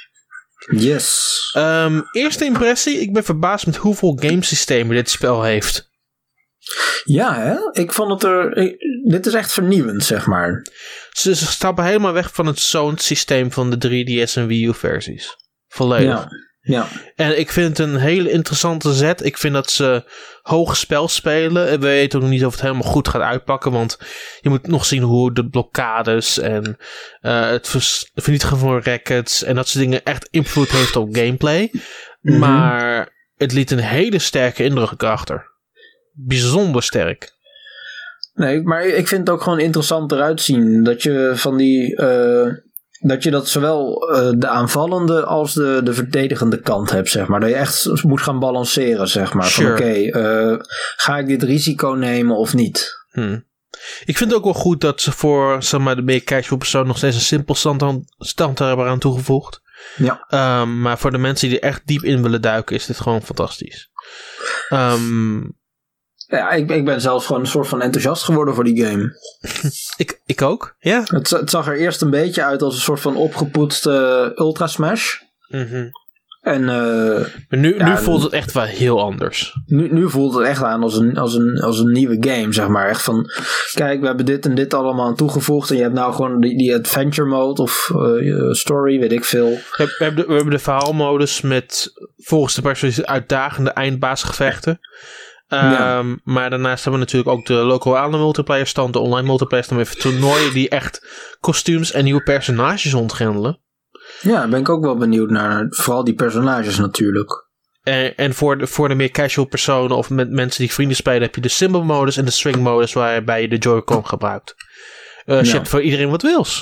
Yes. Um, eerste impressie, ik ben verbaasd met hoeveel gamesystemen dit spel heeft. Ja, hè? Ik vond het er... Ik, dit is echt vernieuwend, zeg maar. Ze, ze stappen helemaal weg van het Zone-systeem van de drie D S en Wii U-versies. Volledig. Ja, ja. En ik vind het een hele interessante zet. Ik vind dat ze hoog spel spelen. En we weten ook nog niet of het helemaal goed gaat uitpakken. Want je moet nog zien hoe de blokkades en uh, het vers- vernietigen van rackets en dat soort dingen echt invloed heeft op gameplay. Mm-hmm. Maar het liet een hele sterke indruk achter. Bijzonder sterk. Nee, maar ik vind het ook gewoon interessant eruit zien. Dat je van die... Uh, dat je dat zowel uh, de aanvallende als de, de verdedigende kant hebt, zeg maar. Dat je echt moet gaan balanceren, zeg maar. Sure. Van oké, okay, uh, ga ik dit risico nemen of niet? Hmm. Ik vind het ook wel goed dat ze voor zeg maar, de meer casual persoon nog steeds een simpel stand hebben aan toegevoegd. Ja. Um, maar voor de mensen die er echt diep in willen duiken is dit gewoon fantastisch. Um, Ja, ik, ik ben zelfs gewoon een soort van enthousiast geworden voor die game. ik, ik ook, ja. Het, het zag er eerst een beetje uit als een soort van opgepoetste Ultra Smash. Mm-hmm. En, uh, maar nu, ja, nu voelt het echt wel heel anders. Nu, nu voelt het echt aan als een, als, een, als een nieuwe game, zeg maar. Echt van, kijk, we hebben dit en dit allemaal aan toegevoegd. En je hebt nou gewoon die, die adventure mode of uh, story, weet ik veel. We, we, hebben de, we hebben de verhaalmodus met volgens de personages uitdagende eindbaasgevechten. Um, ja. Maar daarnaast hebben we natuurlijk ook de lokale multiplayer stand, de online multiplayer stand, even toernooien die echt kostuums en nieuwe personages ontgrendelen. Ja, daar ben ik ook wel benieuwd naar. Vooral die personages natuurlijk. En, en voor, de, voor de meer casual personen of met mensen die vrienden spelen heb je de symbol modus en de swing modus waarbij je de Joy-Con gebruikt. Uh, ja. Shit voor iedereen wat wils.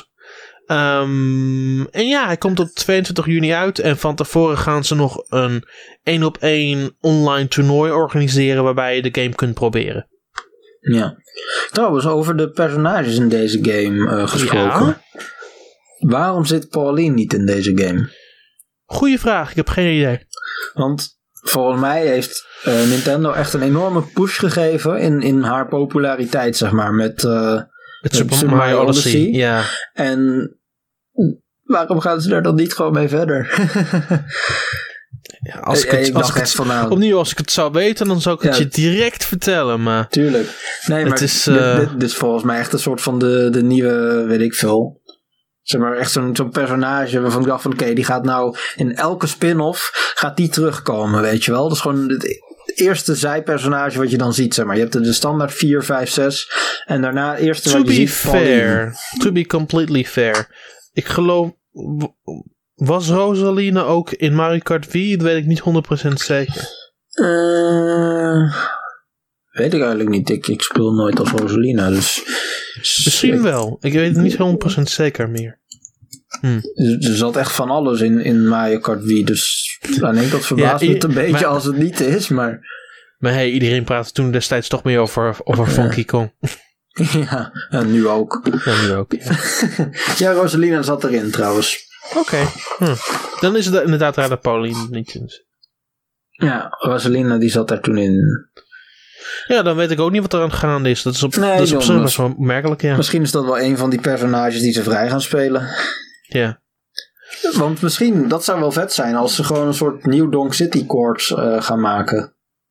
Um, en ja, hij komt op tweeëntwintig juni uit. En van tevoren gaan ze nog een één op één online toernooi organiseren waarbij je de game kunt proberen. Ja. Trouwens, over de personages in deze game uh, gesproken. Ja? Waarom zit Pauline niet in deze game? Goeie vraag, ik heb geen idee. Want volgens mij heeft uh, Nintendo echt een enorme push gegeven in, in haar populariteit, zeg maar, met... Uh, Met Super, Super Mario Odyssey. Odyssey. Ja. En waarom gaan ze daar dan niet gewoon mee verder? ja, als ik het, als ik het, van, nou, opnieuw, als ik het zou weten, dan zou ik ja, het je direct vertellen. Maar tuurlijk. Nee, maar is, uh, dit, dit, dit is volgens mij echt een soort van de, de nieuwe, weet ik veel. Zeg maar echt zo'n, zo'n personage waarvan ik dacht van oké, okay, die gaat nou in elke spin-off gaat die terugkomen, weet je wel. Dat is gewoon... eerste zijpersonage wat je dan ziet, zeg maar. Je hebt de standaard vier, vijf, zes. En daarna het eerste to wat je be ziet... fair. To be completely fair. Ik geloof... Was Rosalina ook in Mario Kart Wii? Dat weet ik niet honderd procent zeker. Uh, weet ik eigenlijk niet. Ik, ik speel nooit als Rosalina, dus... Misschien ik, wel. Ik weet het niet honderd procent zeker meer. Hm. Er zat echt van alles in, in Mario Kart Wii, dus dan denk ik dat verbaast ja, me het een beetje maar, als het niet is, maar... Maar hey, iedereen praatte toen destijds toch meer over, over uh, Funky Kong. Ja, en nu ook. Ja, nu ook, ja. Ja, Rosalina zat erin trouwens. Oké. Okay. Hm. Dan is het inderdaad raar dat Pauline niet in zit. Ja, Rosalina die zat daar toen in. Ja, dan weet ik ook niet wat er aan gaande is. Dat is op, nee, dat is op zich best wel merkelijk, ja. Misschien is dat wel een van die personages die ze vrij gaan spelen. Ja. Want misschien, dat zou wel vet zijn als ze gewoon een soort nieuw Donk City Court uh, gaan maken.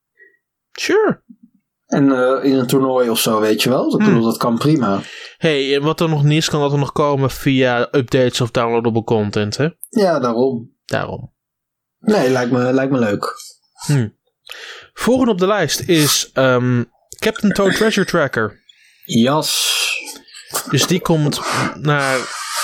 Sure. En uh, in een toernooi of zo, weet je wel. Dat, hmm. dat kan prima. Hey, en wat er nog niet is, kan dat er nog komen via updates of downloadable content, hè? Ja, daarom. Daarom. Nee, lijkt me, lijkt me leuk. Hmm. Volgende op de lijst is um, Captain Toad Treasure Tracker. Jas. Dus die komt naar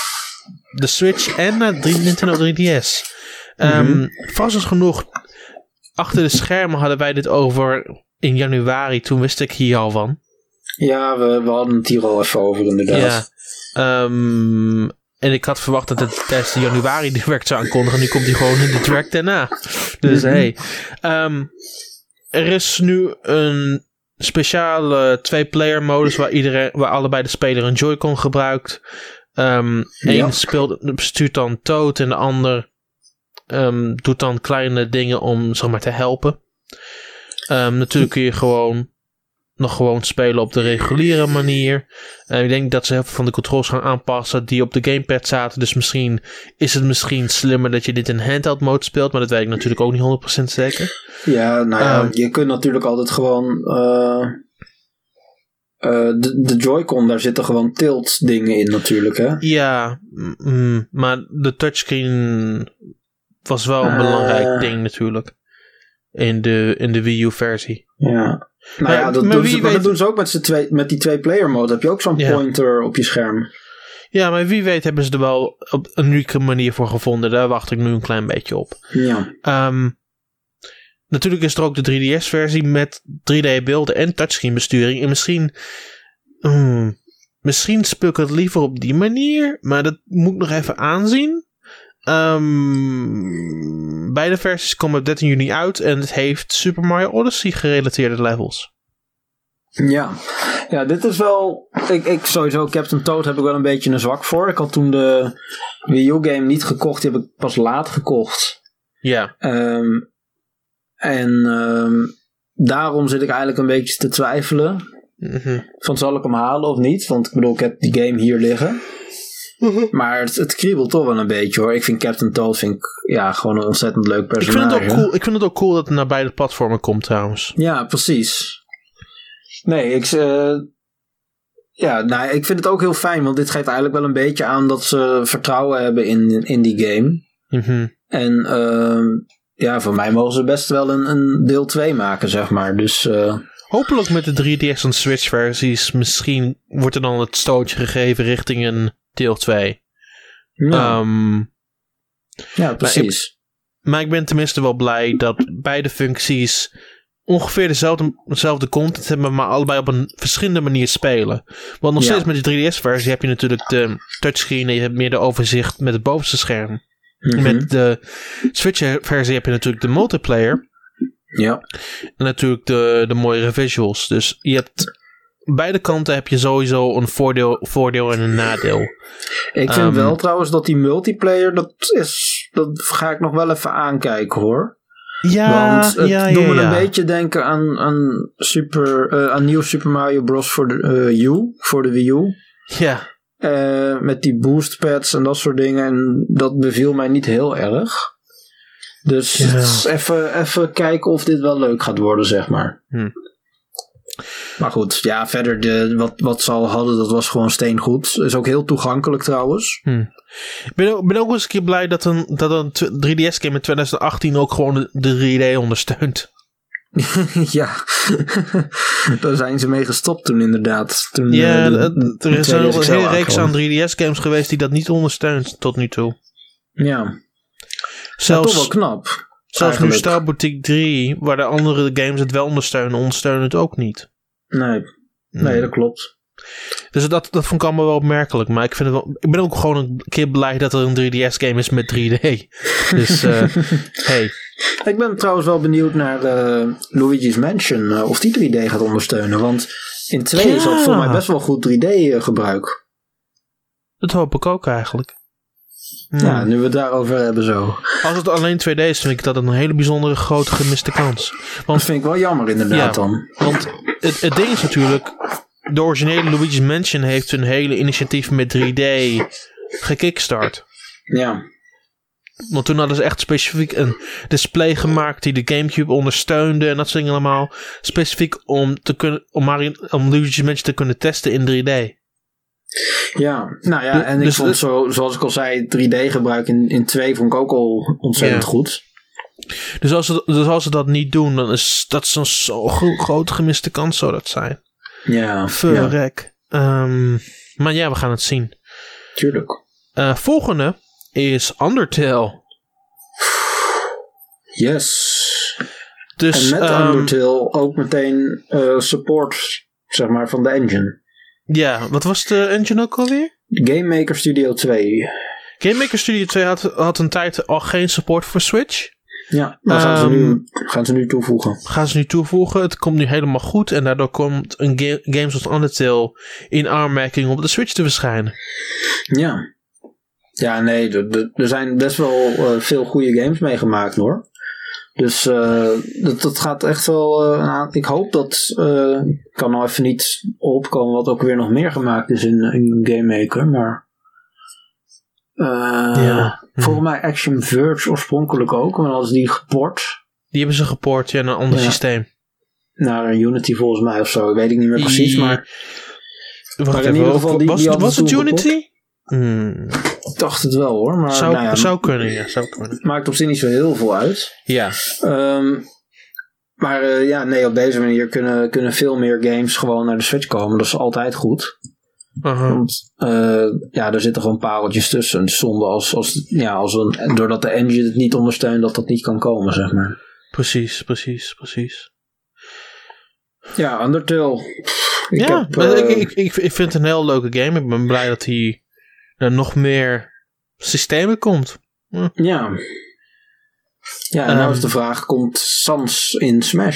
de Switch en naar de Nintendo drie D S. Um, mm-hmm. Vast is genoeg, achter de schermen hadden wij dit over in januari. Toen wist ik hier al van. Ja, we, we hadden het hier al even over inderdaad. Ja. Um, en ik had verwacht dat het tijdens de januari direct zou aankondigen. Nu komt hij gewoon in de track daarna. Dus mm-hmm. hey. Um, er is nu een speciale twee-player modus waar, iedereen, waar allebei de speler een Joy-Con gebruikt. Um, Eén ja. speelt, stuurt dan Toad en de ander um, doet dan kleine dingen om zeg maar te helpen. Um, natuurlijk kun je gewoon nog gewoon spelen op de reguliere manier. Uh, ik denk dat ze heel veel van de controls gaan aanpassen die op de gamepad zaten. Dus misschien is het misschien slimmer dat je dit in handheld mode speelt. Maar dat weet ik natuurlijk ook niet honderd procent zeker. Ja, nou ja, um, je kunt natuurlijk altijd gewoon... Uh, uh, de, de Joy-Con, daar zitten gewoon tilt dingen in natuurlijk, hè? Ja, mm, maar de touchscreen was wel een uh, belangrijk ding natuurlijk. In de, in de Wii U versie. Ja. Nou ja, ja dat, doen ze, weet... dat doen ze ook met, twee, met die twee-player mode. Heb je ook zo'n ja. pointer op je scherm. Ja, maar wie weet hebben ze er wel op een unieke manier voor gevonden. Daar wacht ik nu een klein beetje op. Ja. Um, natuurlijk is er ook de drie D S versie met drie D beelden en touchscreen besturing. En misschien... Hmm, misschien speel ik het liever op die manier. Maar dat moet ik nog even aanzien. Um, beide versies komen op dertien juni uit en het heeft Super Mario Odyssey gerelateerde levels. Ja, ja dit is wel... Ik, ik sowieso, Captain Toad heb ik wel een beetje een zwak voor. Ik had toen de Wii U game niet gekocht, die heb ik pas laat gekocht. Ja. Um, en um, daarom zit ik eigenlijk een beetje te twijfelen. Mm-hmm. Van zal ik hem halen of niet? Want ik bedoel, ik heb die game hier liggen. Maar het, het kriebelt toch wel een beetje hoor. Ik vind Captain Toad vind ik, ja, gewoon een ontzettend leuk personage. Ik vind het ook cool, ik vind het ook cool dat het naar beide platformen komt trouwens. Ja, precies. Nee, ik, uh, ja, nou, ik vind het ook heel fijn. Want dit geeft eigenlijk wel een beetje aan dat ze vertrouwen hebben in, in die game. Mm-hmm. En uh, ja, voor mij mogen ze best wel een, een deel twee maken, zeg maar. Dus... Uh, hopelijk met de drie D S en Switch versies. Misschien wordt er dan het stootje gegeven richting een deel twee. Ja, um, ja precies. Maar ik, maar ik ben tenminste wel blij dat beide functies ongeveer dezelfde, dezelfde content hebben, maar allebei op een verschillende manier spelen. Want nog ja. steeds met de drie D S versie heb je natuurlijk de touchscreen en je hebt meer de overzicht met het bovenste scherm. Mm-hmm. Met de Switch versie heb je natuurlijk de multiplayer. Ja. En natuurlijk de, de mooiere visuals. Dus je hebt... beide kanten heb je sowieso een voordeel, voordeel en een nadeel. Ik vind um, wel trouwens dat die multiplayer, dat is, dat ga ik nog wel even aankijken hoor. Ja, Want het ja, doet ja, me ja. een beetje denken aan, aan, super, uh, aan nieuw Super Mario Bros. voor de uh, U, voor de Wii U. Ja. Uh, met die boost pads en dat soort dingen. En dat beviel mij niet heel erg. Dus ja. even, even kijken of dit wel leuk gaat worden, zeg maar. Hm. Maar goed, ja, verder de, wat, wat ze al hadden, dat was gewoon steengoed. Is ook heel toegankelijk trouwens. Hm. Ik ben ook, ben ook eens een keer blij dat een, dat een drie D S game in twintig achttien ook gewoon de, de drie D ondersteunt. Ja, daar zijn ze mee gestopt toen inderdaad. Toen, ja, uh, de, er is een hele reeks aan drie D S-games geweest die dat niet ondersteunt tot nu toe. Ja, zelfs, ja toch wel knap. Zelfs nu Star Boutique drie, waar de andere games het wel ondersteunen, ondersteunen het ook niet. Nee, nee, dat klopt. Dus dat, dat vond ik allemaal wel opmerkelijk. Maar ik, vind het wel, ik ben ook gewoon een keer blij dat er een drie D S-game is met drie D. Dus, uh, hey. Ik ben trouwens wel benieuwd naar uh, Luigi's Mansion, uh, of die drie D gaat ondersteunen. Want in twee ja. is dat voor mij best wel goed drie D-gebruik. Dat hoop ik ook eigenlijk. Hmm. Ja, nu we het daarover hebben zo. Als het alleen twee D is, vind ik dat een hele bijzondere grote gemiste kans. Want, dat vind ik wel jammer inderdaad ja, dan. Want het, het ding is natuurlijk, de originele Luigi's Mansion heeft een hele initiatief met drie D gekickstart. Ja. Want toen hadden ze echt specifiek een display gemaakt die de GameCube ondersteunde en dat soort dingen allemaal. Specifiek om, te kunnen, om, Mario, om Luigi's Mansion te kunnen testen in drie D. Ja, nou ja, en ik dus, vond zo, zoals ik al zei, drie D gebruik in, in twee vond ik ook al ontzettend ja. goed. Dus als, ze, dus als ze dat niet doen, dan is dat zo'n zo grote gemiste kans zou dat zijn. Ja. Verrek. Ja. Um, maar ja, we gaan het zien. Tuurlijk. Uh, volgende is Undertale. Yes. Dus, en met um, Undertale ook meteen uh, support, zeg maar, van de engine. Ja, wat was de engine ook alweer? Game Maker Studio twee. Game Maker Studio twee had, had een tijd al geen support voor Switch. Ja, maar gaan, um, ze nu, gaan ze nu toevoegen. Gaan ze nu toevoegen. Het komt nu helemaal goed. En daardoor komt een ga- game zoals Undertale in aanmerking om op de Switch te verschijnen. Ja. Ja, nee, er zijn best wel uh, veel goede games meegemaakt hoor. Dus uh, dat, dat gaat echt wel... Uh, ik hoop dat... Uh, ik kan nou even niet opkomen wat ook weer nog meer gemaakt is in, in Game Maker, maar... Uh, ja. Volgens mij Action Verge oorspronkelijk ook, maar als die geport. Die hebben ze geport, ja, naar een ander ja. systeem. Naar Unity volgens mij of zo, weet ik niet meer precies, die... maar... Wacht maar in ieder geval, die, was, die was het Unity? Hmm. Ik dacht het wel hoor, maar... Zou, nou ja, zou kunnen, ja, zou kunnen. Maakt op zich niet zo heel veel uit. Ja. Um, maar uh, ja, nee, op deze manier kunnen, kunnen veel meer games gewoon naar de Switch komen. Dat is altijd goed. Uh-huh. Want uh, ja, er zitten gewoon pareltjes tussen. Het is zonde als, als, ja, als een, doordat de engine het niet ondersteunt, dat dat niet kan komen, zeg maar. Precies, precies, precies. Ja, Undertale. Ik ja, heb, uh, ik, ik, ik, ik vind het een heel leuke game. Ik ben blij dat hij er nog meer systemen komt. Hm. Ja. Ja, en um, nou is de vraag, komt Sans in Smash?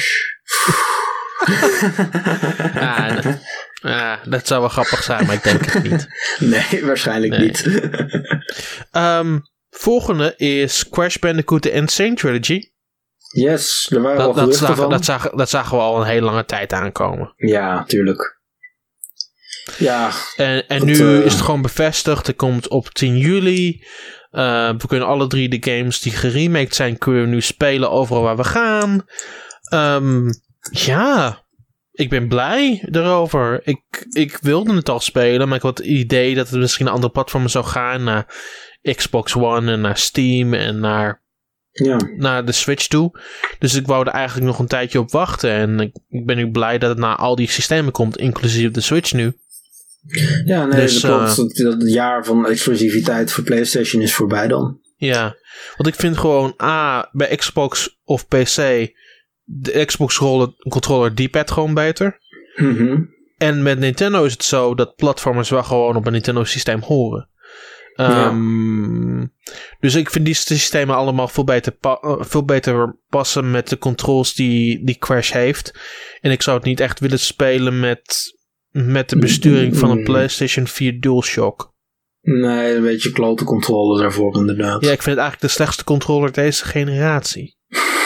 ah, d- ah, dat zou wel grappig zijn, maar ik denk het niet. Nee, waarschijnlijk nee. niet. um, volgende is Crash Bandicoot The Insane Trilogy. Yes, er waren dat, al dat geruchten zagen, van. Dat zagen, dat zagen we al een hele lange tijd aankomen. Ja, tuurlijk. Ja. En, en dat, nu uh, is het gewoon bevestigd. Er komt op tien juli. Uh, we kunnen alle drie de games die geremaked zijn, kunnen we nu spelen overal waar we gaan. Um, ja, ik ben blij daarover. Ik, ik wilde het al spelen, maar ik had het idee dat het misschien naar andere platformen zou gaan. Naar Xbox One en naar Steam en naar, ja. naar de Switch toe. Dus ik wou er eigenlijk nog een tijdje op wachten. En ik, ik ben nu blij dat het naar al die systemen komt, inclusief de Switch nu. Ja, nee, dus, dat klopt. Uh, dat het jaar van exclusiviteit voor PlayStation is voorbij dan. Ja, want ik vind gewoon, A, bij Xbox of P C, de Xbox controller D-pad gewoon beter. Mm-hmm. En met Nintendo is het zo dat platformers wel gewoon op een Nintendo systeem horen. Um, ja. Dus ik vind die systemen allemaal veel beter, pa- veel beter passen met de controls die, die Crash heeft. En ik zou het niet echt willen spelen met... Met de besturing van een PlayStation vier DualShock. Nee, een beetje klote controle daarvoor inderdaad. Ja, ik vind het eigenlijk de slechtste controller deze generatie.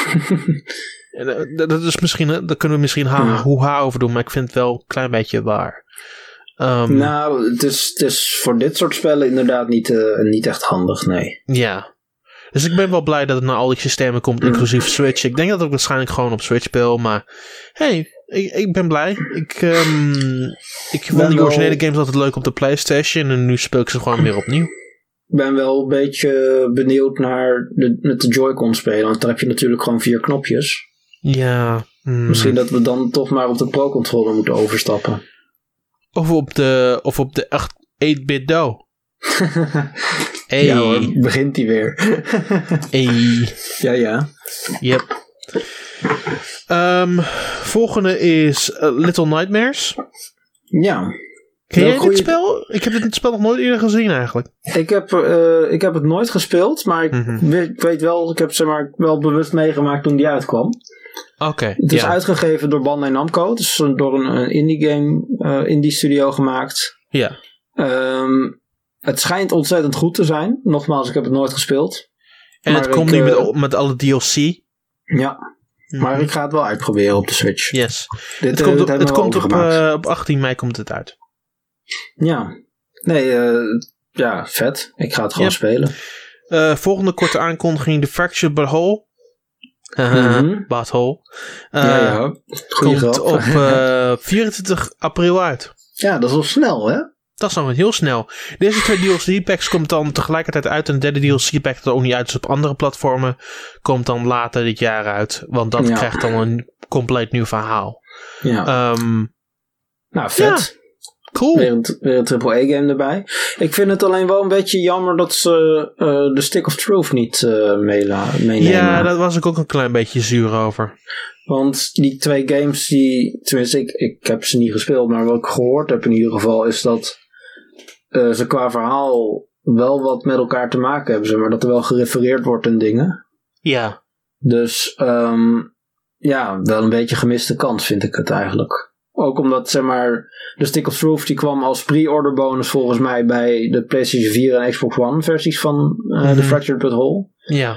En, dat is misschien, daar kunnen we misschien ha- ja. hoe ha over doen, maar ik vind het wel een klein beetje waar. Um, nou, het is, het is voor dit soort spellen inderdaad niet, uh, niet echt handig, nee. Ja. Dus ik ben wel blij dat het naar al die systemen komt, inclusief Switch. Ik denk dat ik waarschijnlijk gewoon op Switch speel, maar hey, ik, ik ben blij. Ik, um, ik vond die originele games altijd leuk op de PlayStation en nu speel ik ze gewoon weer opnieuw. Ik ben wel een beetje benieuwd naar de, met de Joy-Con spelen, want daar heb je natuurlijk gewoon vier knopjes. Ja. Hmm. Misschien dat we dan toch maar op de Pro-controller moeten overstappen. Of op de, of op de acht-bit D O. Hey. Ja hoor, begint hij weer. Hey. Ja, ja. Yep. Um, volgende is uh, Little Nightmares. Ja. Ken jij dit spel? Ik heb dit spel nog nooit eerder gezien eigenlijk. Ik heb, uh, ik heb het nooit gespeeld, maar ik, mm-hmm. weet, ik weet wel, ik heb zeg maar wel bewust meegemaakt toen die uitkwam. Oké. Okay, het is ja. uitgegeven door Bandai Namco, dus door een, een indie game, uh, indie studio gemaakt. Ja. Um, het schijnt ontzettend goed te zijn. Nogmaals, ik heb het nooit gespeeld. En het komt ik, nu uh, met, met alle D L C. Ja. Mm-hmm. Maar ik ga het wel uitproberen op de Switch. Yes. Dit, het uh, komt op, het komt op, uh, op achttien mei komt het uit. Ja. Nee, uh, ja, vet. Ik ga het gewoon ja. spelen. Uh, volgende korte aankondiging, The Fractured But Whole. Mm-hmm. Butthole. Uh, ja, ja. Goeie komt grap. op uh, vierentwintig april uit. Ja, dat is wel snel, hè? Dat is dan heel snel. Deze twee D L C-packs komt dan tegelijkertijd uit. En de derde D L C-pack dat ook niet uit is op andere platformen, komt dan later dit jaar uit. Want dat ja. krijgt dan een compleet nieuw verhaal. Ja. Um, nou, vet. Ja. Cool. Weer een, weer een triple A-game erbij. Ik vind het alleen wel een beetje jammer dat ze uh, de Stick of Truth niet uh, meela- meenemen. Ja, daar was ik ook een klein beetje zuur over. Want die twee games die... Tenminste, ik, ik heb ze niet gespeeld, maar wat ik gehoord heb in ieder geval is dat uh, ze qua verhaal wel wat met elkaar te maken hebben. Zeg maar dat er wel gerefereerd wordt en dingen. Ja. Dus um, ja, wel een beetje gemiste kans vind ik het eigenlijk. Ook omdat, zeg maar, de Stick of Truth die kwam als pre-order bonus volgens mij bij de PlayStation vier en Xbox One versies van uh, mm-hmm. The Fractured But Whole. Ja.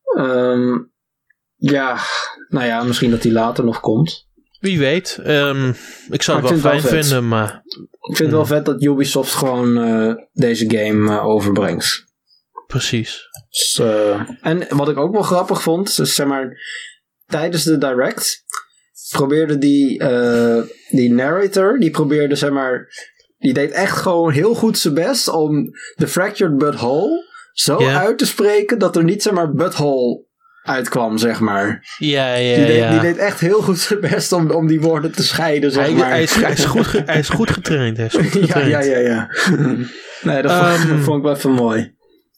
Um, ja, nou ja, misschien dat die later nog komt. Wie weet. Um, ik zou het wel fijn wel vinden, maar... Ik vind het mm. wel vet dat Ubisoft gewoon uh, deze game uh, overbrengt. Precies. Dus, uh, en wat ik ook wel grappig vond, dus zeg maar, tijdens de Direct probeerde die, uh, die narrator, die probeerde zeg maar, die deed echt gewoon heel goed zijn best om The Fractured But Whole zo yeah. uit te spreken dat er niet zeg maar butthole uitkwam, zeg maar. Ja, ja, die deed, ja. Die deed echt heel goed zijn best om, om die woorden te scheiden, zeg hij, maar. Hij is, hij, is goed ge, hij is goed getraind. Hij is goed getraind. Ja, ja, ja, ja. Nee, dat vond, um, vond ik wel even mooi.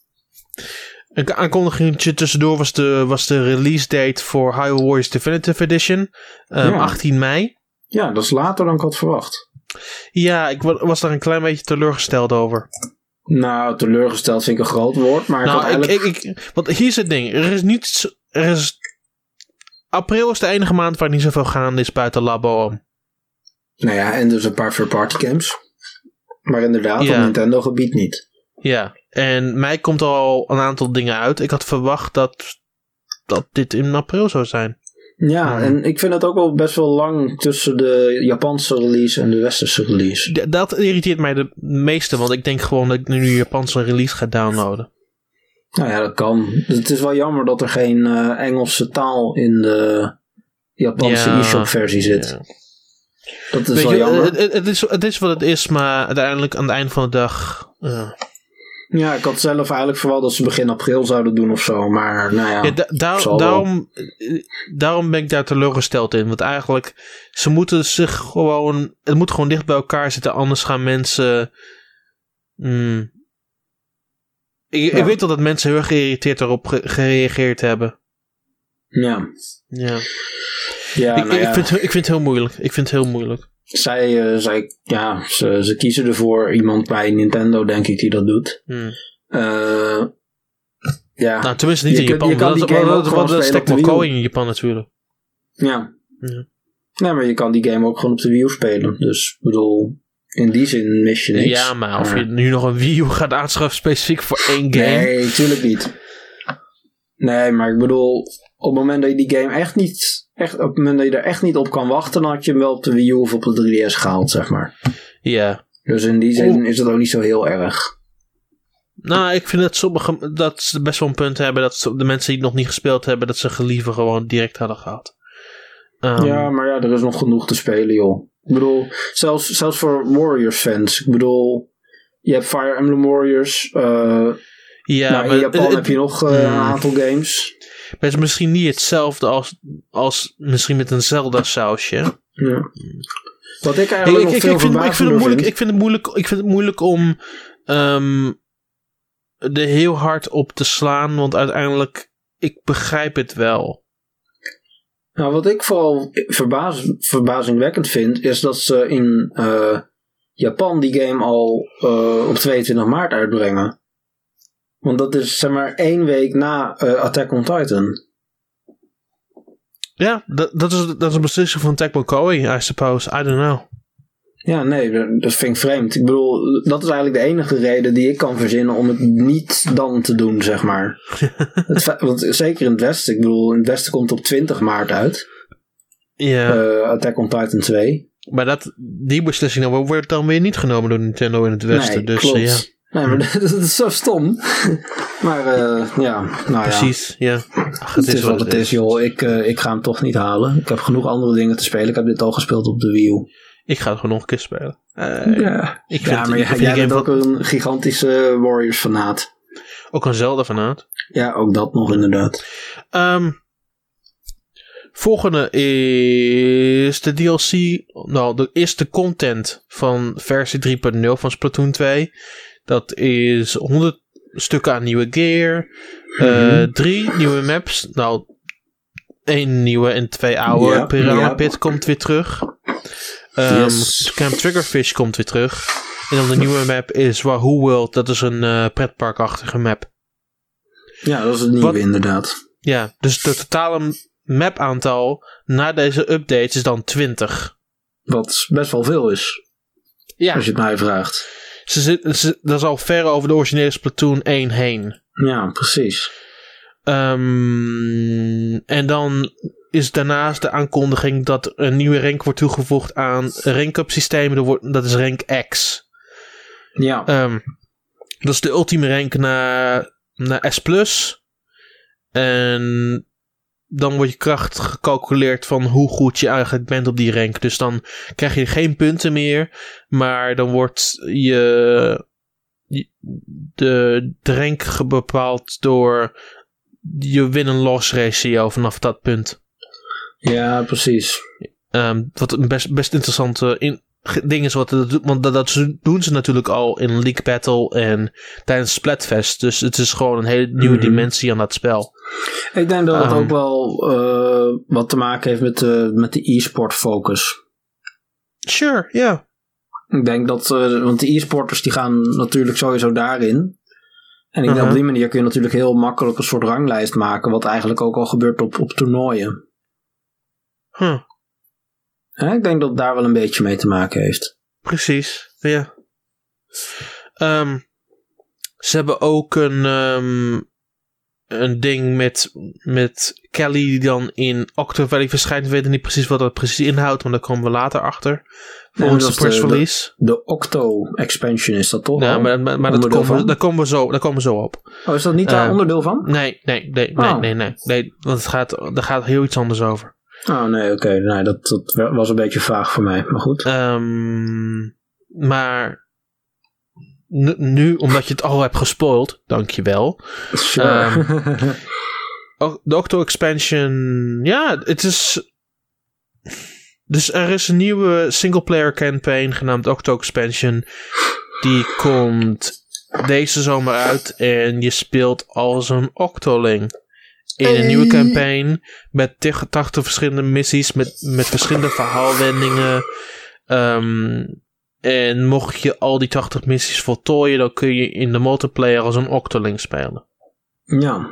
Een aankondiging tussendoor was de, was de release date voor Hyrule Warriors Definitive Edition. Um, ja. achttien mei. Ja, dat is later dan ik had verwacht. Ja, ik was daar een klein beetje teleurgesteld over. Nou, teleurgesteld vind ik een groot woord, maar nou, ik had eigenlijk... ik, ik, want hier is het ding. Er is niet... Er is, april is de enige maand waar niet zoveel gaande is buiten Labo om. Nou ja, en dus een paar third-party games. Maar inderdaad, ja. op Nintendo gebied niet. Ja, en mei komt al een aantal dingen uit. Ik had verwacht dat, dat dit in april zou zijn. Ja, hmm. en ik vind het ook wel best wel lang tussen de Japanse release en de westerse release. D- dat irriteert mij de meeste, want ik denk gewoon dat ik nu de Japanse release ga downloaden. Nou ja, dat kan. Het is wel jammer dat er geen uh, Engelse taal in de Japanse ja, e-shop versie zit. Ja. Dat is Weet wel je, jammer. Het, het, is, het is wat het is, maar uiteindelijk aan het eind van de dag... Uh. Ja, ik had zelf eigenlijk verwacht dat ze begin april zouden doen of zo, maar nou ja. ja da- da- daarom, daarom ben ik daar teleurgesteld in, want eigenlijk ze moeten zich gewoon, het moet gewoon dicht bij elkaar zitten, anders gaan mensen... Mm, ik, ja. ik weet al dat mensen heel erg geïrriteerd erop ge- gereageerd hebben. Ja. Ja. ja, ik, nou ik, ja. vind, ik vind het heel moeilijk. Ik vind het heel moeilijk. Zij, uh, zij ja, ze, ze kiezen ervoor iemand bij Nintendo, denk ik, die dat doet. Hmm. Uh, ja. Nou, tenminste niet je in kunt, Japan. Je kan dat, die game dat, ook dat, gewoon dat spelen steekt wel in Japan natuurlijk. Ja. ja. Ja, maar je kan die game ook gewoon op de Wii U spelen. Dus, ik bedoel, in die zin mis je niks. Ja, maar of je nu nog een Wii U gaat aanschaffen specifiek voor één game? Nee, tuurlijk niet. Nee, maar ik bedoel, op het moment dat je die game echt niet... Echt, op het moment dat je er echt niet op kan wachten, dan had je hem wel op de Wii U of op de drie D S gehaald, zeg maar. Ja. Dus in die zin oh. is het ook niet zo heel erg. Nou, ik vind dat sommige, dat ze best wel een punt hebben, dat de mensen die het nog niet gespeeld hebben, dat ze liever gewoon direct hadden gehad. Um, ja, maar ja, er is nog genoeg te spelen, joh. Ik bedoel, zelfs, zelfs voor Warriors fans. Ik bedoel, je hebt Fire Emblem Warriors. Uh, ja, nou, in maar Japan het, heb je nog uh, mm. een aantal games. het is misschien niet hetzelfde als, als misschien met een Zelda sausje. Ja. Wat ik eigenlijk ik, nog ik, veel ik, vind, ik, vind het moeilijk, vind. ik, vind het moeilijk, ik vind het moeilijk om um, er heel hard op te slaan, want uiteindelijk, ik begrijp het wel. Nou, wat ik vooral verbaas, verbazingwekkend vind, is dat ze in uh, Japan die game al uh, op tweeëntwintig maart uitbrengen. Want dat is zeg maar één week na uh, Attack on Titan. Ja, dat, dat, is, dat is een beslissing van Tecmo Koei, I suppose. I don't know. Ja, nee, dat vind ik vreemd. Ik bedoel, dat is eigenlijk de enige reden die ik kan verzinnen om het niet dan te doen, zeg maar. het, want zeker in het Westen. Ik bedoel, in het Westen komt op twintig maart uit. Ja. Uh, Attack on Titan twee. Maar dat, die beslissing dan wordt dan weer niet genomen door Nintendo in het Westen. Nee, dus, klopt. Uh, ja. Nee, maar dat, dat is zo stom. maar uh, ja, nou Precies, ja. ja. Ach, het, het is wat het is, joh. Ik, uh, ik ga hem toch niet halen. Ik heb genoeg andere dingen te spelen. Ik heb dit al gespeeld op de Wii U. Ik ga het gewoon nog een keer spelen. Uh, ja, ik vind, ja, maar ik jij, vind jij bent van... ook een gigantische Warriors-fanaat. Ook een Zelda-fanaat. Ja, ook dat nog inderdaad. Um, volgende is de D L C. Nou, de eerste content van versie drie punt nul van Splatoon twee. Dat is honderd stukken aan nieuwe gear. Mm-hmm. Uh, drie nieuwe maps. Nou, één nieuwe en twee oude. Yep, Piranha yep. Pit komt weer terug. Um, yes. Camp Triggerfish komt weer terug. En dan de nieuwe map is Wahoo World. Dat is een uh, pretparkachtige map. Ja, dat is het nieuwe Wat, inderdaad. Ja, dus de totale map aantal na deze updates is dan twintig. Wat best wel veel is. Ja. Als je het mij vraagt. Ze zit, ze, dat is al ver over de originele Splatoon één heen. Ja, precies. Um, en dan is daarnaast de aankondiging dat een nieuwe rank wordt toegevoegd aan rank-up systemen. Dat is rank X. Ja. Um, dat is de ultieme rank naar, naar S plus. En dan wordt je kracht gecalculeerd van hoe goed je eigenlijk bent op die rank. Dus dan krijg je geen punten meer. Maar dan wordt je, je de, de rank bepaald door je win-en-loss ratio vanaf dat punt. Ja, precies. Um, wat een best, best interessante in, ding is. Wat dat, want dat, dat doen ze natuurlijk al in League Battle en tijdens Splatfest. Dus het is gewoon een hele nieuwe mm-hmm. dimensie aan dat spel. Ik denk dat het um, ook wel uh, wat te maken heeft met de, met de e-sport focus. Sure, ja. Yeah. Ik denk dat, uh, want de e-sporters die gaan natuurlijk sowieso daarin. En ik uh-huh. denk op die manier kun je natuurlijk heel makkelijk een soort ranglijst maken. Wat eigenlijk ook al gebeurt op, op toernooien. Huh. Ja, ik denk dat het daar wel een beetje mee te maken heeft. Precies, ja. Um, ze hebben ook een, um, een ding met, met Kelly die dan in Octo Valley verschijnt. We weten niet precies wat dat precies inhoudt, maar daar komen we later achter. Volgens de press release. De, de Octo expansion is dat toch? Ja, maar, maar, maar dat komen we, daar, komen we zo, daar komen we zo op. Oh, is dat niet daar uh, onderdeel van? Nee, nee, nee, oh. nee, nee, nee, nee. Want het gaat, daar gaat heel iets anders over. Oh nee, oké. Okay. Nee, dat, dat was een beetje vaag voor mij, maar goed. Um, maar nu, nu, omdat je het al hebt gespoild, dankjewel. Sure. Um, de Octo expansion, ja, het is... Dus er is een nieuwe singleplayer campaign genaamd Octo Expansion. Die komt deze zomer uit en je speelt als een Octoling. In een nieuwe campaign met tachtig verschillende missies met, met verschillende verhaalwendingen. Um, en mocht je al die tachtig missies voltooien, dan kun je in de multiplayer als een Octoling spelen. Ja.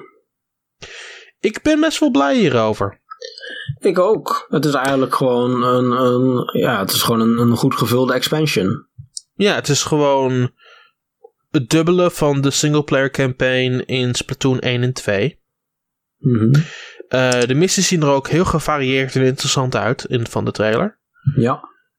Ik ben best wel blij hierover. Ik ook. Het is eigenlijk gewoon een, een ja, het is gewoon een, een goed gevulde expansion. Ja, het is gewoon het dubbele van de singleplayer campaign in Splatoon één en twee. Mm-hmm. Uh, de missies zien er ook heel gevarieerd en interessant uit in, van de trailer. Ja.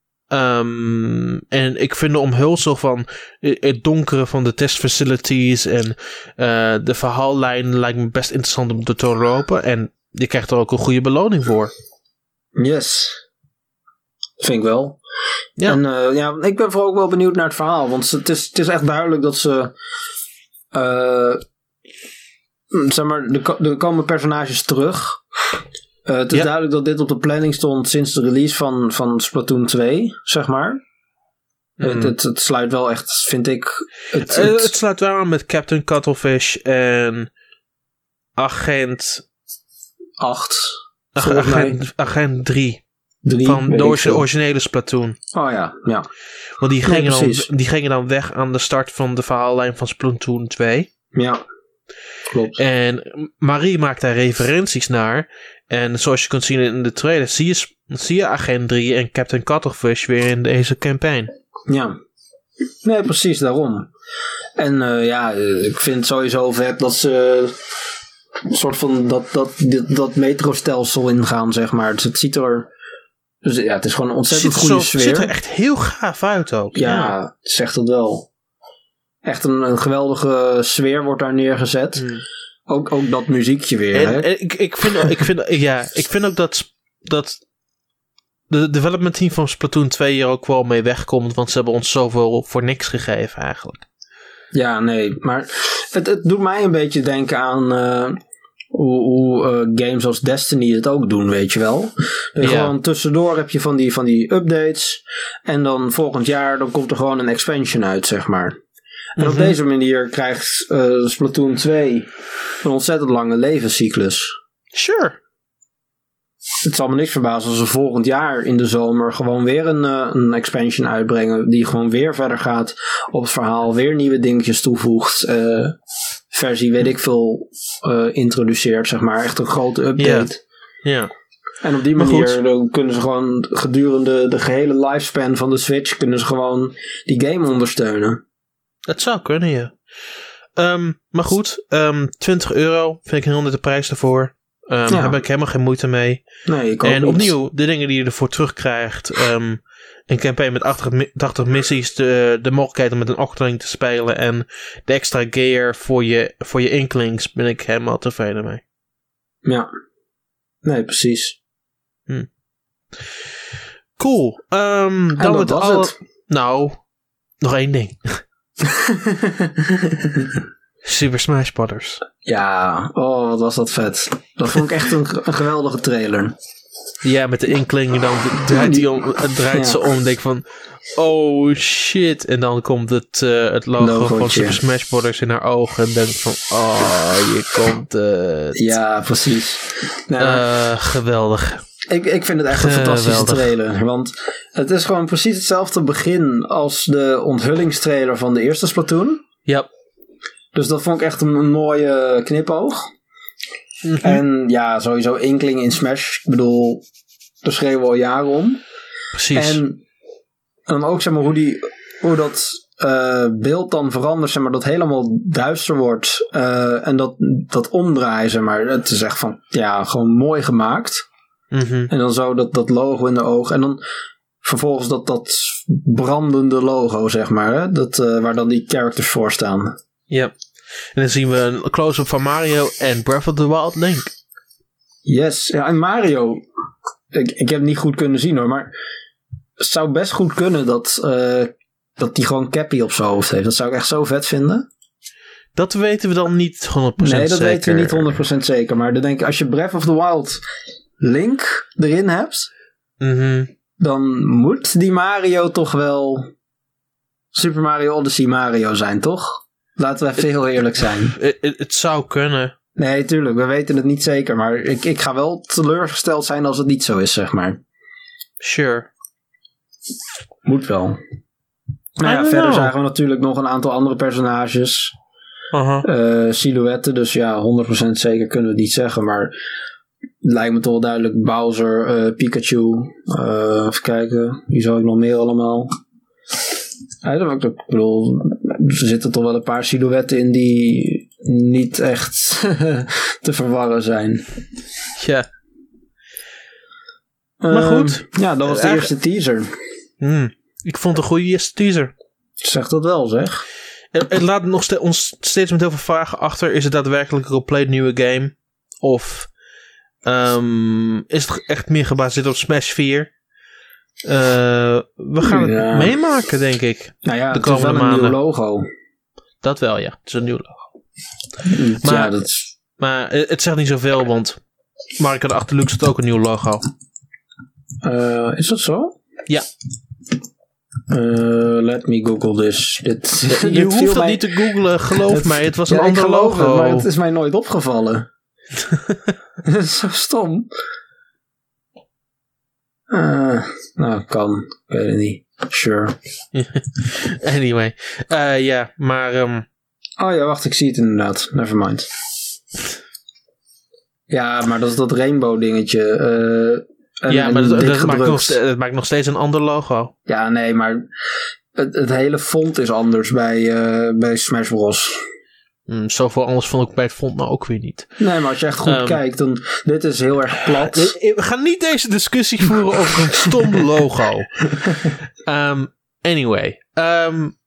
Um, en ik vind de omhulsel van het donkere van de testfacilities en uh, de verhaallijn lijkt me best interessant om te doorlopen. En je krijgt er ook een goede beloning voor. Yes. Vind ik wel. Ja. En uh, ja, ik ben vooral ook wel benieuwd naar het verhaal. Want het is, het is echt duidelijk dat ze... Uh, zeg maar, er, er komen personages terug. Uh, het is ja. duidelijk dat dit op de planning stond sinds de release van, van Splatoon twee, zeg maar. Mm. Het, het, het sluit wel echt, vind ik... Het, uh, het... het sluit wel aan met Captain Cuttlefish en Agent... acht. Ag- agent, agent drie. drie van de or- originele Splatoon. Oh ja, ja. Want die gingen, nee, dan, die gingen dan weg aan de start van de verhaallijn van Splatoon twee. Ja, klopt. En Marie maakt daar referenties naar. En zoals je kunt zien in de trailer, zie je, zie je Agent drie en Captain Cuttlefish weer in deze campaign. Ja. Nee, precies, daarom. En uh, ja, ik vind het sowieso vet dat ze een soort van dat, dat, dat, dat metrostelsel ingaan, zeg maar. Dus het ziet er... Dus ja, het is gewoon een ontzettend ziet goede zo, sfeer. Het ziet er echt heel gaaf uit ook. Ja, ja. zegt het wel. Echt een, een geweldige sfeer wordt daar neergezet. Hmm. Ook, ook dat muziekje weer. En, hè? en ik, ik, vind, ik, vind, ja, ik vind ook dat, dat de development team van Splatoon twee hier ook wel mee wegkomt. Want ze hebben ons zoveel voor niks gegeven eigenlijk. Ja, nee. Maar het, het doet mij een beetje denken aan... Uh, Hoe, hoe uh, games als Destiny het ook doen, weet je wel. Ja. Gewoon tussendoor heb je van die, van die updates. En dan volgend jaar dan komt er gewoon een expansion uit, zeg maar. En mm-hmm. op deze manier krijgt uh, Splatoon twee een ontzettend lange levenscyclus. Sure. Het zal me niks verbazen als ze volgend jaar in de zomer gewoon weer een, uh, een expansion uitbrengen. Die gewoon weer verder gaat op het verhaal. Weer nieuwe dingetjes toevoegt. Uh, versie weet ik veel uh, introduceert, zeg maar. Echt een grote update. Ja. Yeah. Yeah. En op die manier dan kunnen ze gewoon gedurende de gehele lifespan van de Switch kunnen ze gewoon die game ondersteunen. Dat zou kunnen, ja. Um, maar goed, um, twintig euro vind ik een heel nette prijs daarvoor. Um, ja. Daar heb ik helemaal geen moeite mee. Nee, ik ook en niet. Opnieuw, de dingen die je ervoor terugkrijgt. Um, een campaign met tachtig missies. De, de mogelijkheid om met een ochteling te spelen. En de extra gear voor je, voor je inklings. Ben ik helemaal tevreden mee. Ja. Nee, precies. Hm. Cool. Um, dan dat het was al... het. Nou, nog één ding. Super Smash Brothers. Ja, oh, wat was dat vet. Dat vond ik echt een, een geweldige trailer. Ja, met de inkling, dan draait, die om, draait ja. ze om en denk van... Oh shit. En dan komt het, uh, het logo Logootje. van Super Smash Brothers in haar ogen. En denk van, oh, je komt het. Ja, precies. Nou, uh, geweldig. Ik, ik vind het echt een geweldig. fantastische trailer. Want het is gewoon precies hetzelfde begin als de onthullingstrailer van de eerste Splatoon. Ja. Dus dat vond ik echt een, een mooie knipoog. Mm-hmm. En ja, sowieso inkling in Smash. Ik bedoel, daar schreeuwen we al jaren om. Precies. En, en dan ook zeg maar hoe, die, hoe dat uh, beeld dan verandert. Zeg maar, dat helemaal duister wordt. Uh, en dat, dat omdraaien, zeg maar. Het is echt van, ja, gewoon mooi gemaakt. Mm-hmm. En dan zo dat, dat logo in de ogen. En dan vervolgens dat, dat brandende logo, zeg maar. Hè? Dat, uh, waar dan die characters voor staan. Ja. En dan zien we een close-up van Mario en Breath of the Wild Link. Yes. Ja, en Mario. Ik, ik heb het niet goed kunnen zien hoor. Maar het zou best goed kunnen dat, uh, dat die gewoon Cappy op zijn hoofd heeft. Dat zou ik echt zo vet vinden. Dat weten we dan niet honderd procent zeker. Nee, dat zeker. weten we niet honderd procent zeker. Maar dan denk ik, als je Breath of the Wild Link erin hebt. Mm-hmm. Dan moet die Mario toch wel Super Mario Odyssey Mario zijn, toch? Laten we even heel eerlijk zijn. Het, het, het zou kunnen. Nee, tuurlijk. We weten het niet zeker. Maar ik, ik ga wel teleurgesteld zijn als het niet zo is, zeg maar. Sure. Moet wel. Nou ja, verder know. zagen we natuurlijk nog een aantal andere personages. Uh-huh. Uh, silhouetten. Dus ja, honderd procent zeker kunnen we het niet zeggen. Maar het lijkt me toch wel duidelijk. Bowser, uh, Pikachu. Uh, even kijken. Wie zou ik nog meer allemaal? Ja, dat ik bedoel, er zitten toch wel een paar silhouetten in die niet echt te verwarren zijn. Ja. Maar goed. Um, ja, dat was de eerste teaser. Hmm, ik vond het een goede eerste teaser. Zeg dat wel, zeg. Het, het laat nog ste- ons steeds met heel veel vragen achter. Is het daadwerkelijk een compleet nieuwe game? Of um, is het echt meer gebaseerd op Smash vier? Uh, we gaan ja. het meemaken, denk ik. Nou ja, de het is wel een maanden. nieuw logo. Dat wel, ja. Het is een nieuw logo. Maar, ja, dat is... Maar het zegt niet zoveel, want Mario Kart acht Deluxe had ook een nieuw logo. Uh, is dat zo? Ja. Uh, let me google this. Dit, je dit hoeft dat mij... niet te googlen, geloof het, mij. Het was een ja, ander logo. Het, maar het is mij nooit opgevallen. Dat is zo stom. Uh, nou, kan. Ik weet het niet. Sure. Anyway. Uh, ja, maar... Um... Oh ja, wacht. Ik zie het inderdaad. Nevermind. Ja, maar dat is dat rainbow dingetje. Uh, en, ja, maar dat, dat, maakt nog, dat maakt nog steeds een ander logo. Ja, nee, maar het, het hele font is anders bij, uh, bij Smash Bros. Mm, zoveel anders vond ik bij het font nou ook weer niet. Nee, maar als je echt goed um, kijkt, dan dit is heel erg plat. We gaan niet deze discussie voeren over een stom logo. Um, anyway. Um,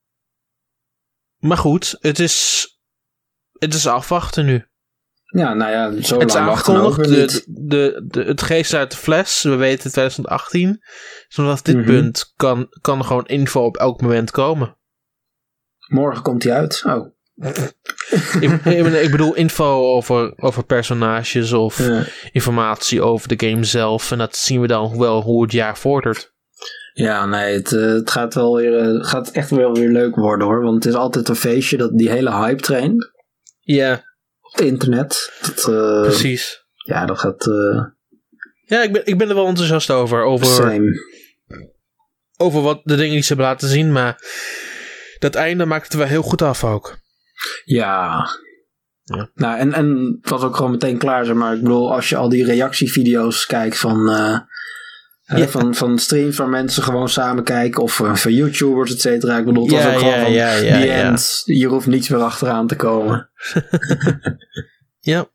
maar goed, het is, het is afwachten nu. Ja, nou ja, zo het lang wachten ook weer niet. De, de, de, het geest uit de fles, we weten twintig achttien. Vanaf dit mm-hmm. punt kan, kan gewoon info op elk moment komen. Morgen komt hij uit. Oh. ik, ik bedoel info over, over personages of ja. informatie over de game zelf. En dat zien we dan wel hoe het jaar vordert. Ja, nee, het, uh, het gaat wel weer, uh, gaat echt wel weer leuk worden hoor. Want het is altijd een feestje, dat die hele hype train. Ja. Op het internet. Dat, uh, Precies. Ja, dat gaat... Uh, ja, ik ben, ik ben er wel enthousiast over. Over, same. over wat de dingen die ze hebben laten zien. Maar dat einde maakt het wel heel goed af ook. Ja. ja. Nou, en, en het was ook gewoon meteen klaar, zeg maar. Ik bedoel, als je al die reactievideo's kijkt van... Uh, ja. He, van, van streams waar mensen gewoon samen kijken. Of uh, van YouTubers, et cetera. Ik bedoel, het ja, was ook ja, gewoon van... Ja, ja, the ja. end. Hier hoeft niets meer achteraan te komen. Ja.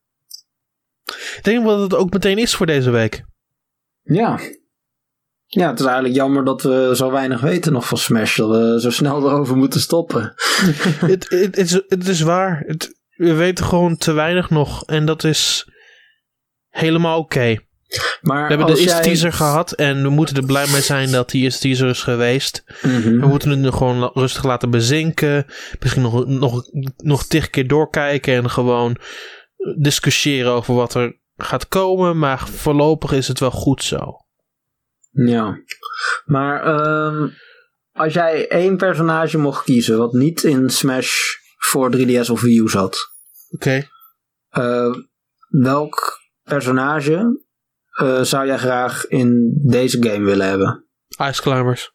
Ik denk dat het ook meteen is voor deze week. Ja. Ja, het is eigenlijk jammer dat we zo weinig weten nog van Smash. Dat we zo snel erover moeten stoppen. Het, het, het, is, het is waar. Het, we weten gewoon te weinig nog. En dat is helemaal oké. Okay. Maar we hebben de eerste jij... teaser gehad. En we moeten er blij mee zijn dat die eerste teaser is geweest. Mm-hmm. We moeten het nu gewoon rustig laten bezinken. Misschien nog, nog, nog tig keer doorkijken. En gewoon discussiëren over wat er gaat komen. Maar voorlopig is het wel goed zo. Ja, maar um, als jij één personage mocht kiezen wat niet in Smash voor drie D S of Wii U zat. Oké. Okay. Uh, welk personage uh, zou jij graag in deze game willen hebben? Ice Climbers.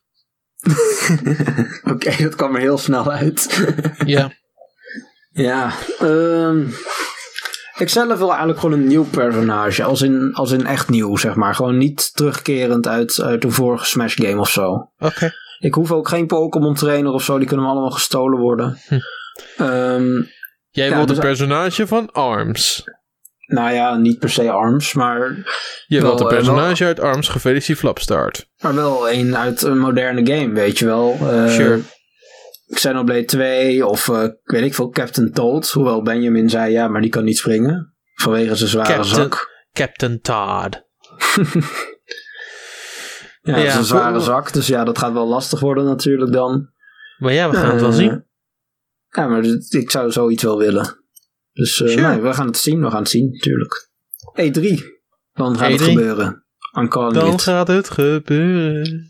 Oké, okay, dat kwam er heel snel uit. Ja. Ja, um, ik zelf wil eigenlijk gewoon een nieuw personage. Als in, als in echt nieuw, zeg maar. Gewoon niet terugkerend uit, uit een vorige Smash game of zo. Oké. Okay. Ik hoef ook geen Pokémon trainer of zo. Die kunnen allemaal gestolen worden. Hm. Um, Jij ja, wilt dus, een personage van ARMS. Nou ja, niet per se ARMS, maar... Je wel, wilt een personage wel, uit ARMS, Gefeliciteerd Flapstart. Maar wel een uit een moderne game, weet je wel. Uh, sure. Xenoblade twee of uh, weet ik veel, Captain Toad. Hoewel Benjamin zei ja, maar die kan niet springen. Vanwege zijn zware Captain, zak. Captain Todd. ja, dat ja, is een zware zak. Dus ja, dat gaat wel lastig worden natuurlijk dan. Maar ja, we gaan uh, het wel zien. Ja, maar ik zou zoiets wel willen. Dus uh, sure. nee, we gaan het zien. We gaan het zien, natuurlijk. E drie. Dan gaat E drie. Het gebeuren. Dan it. gaat het gebeuren.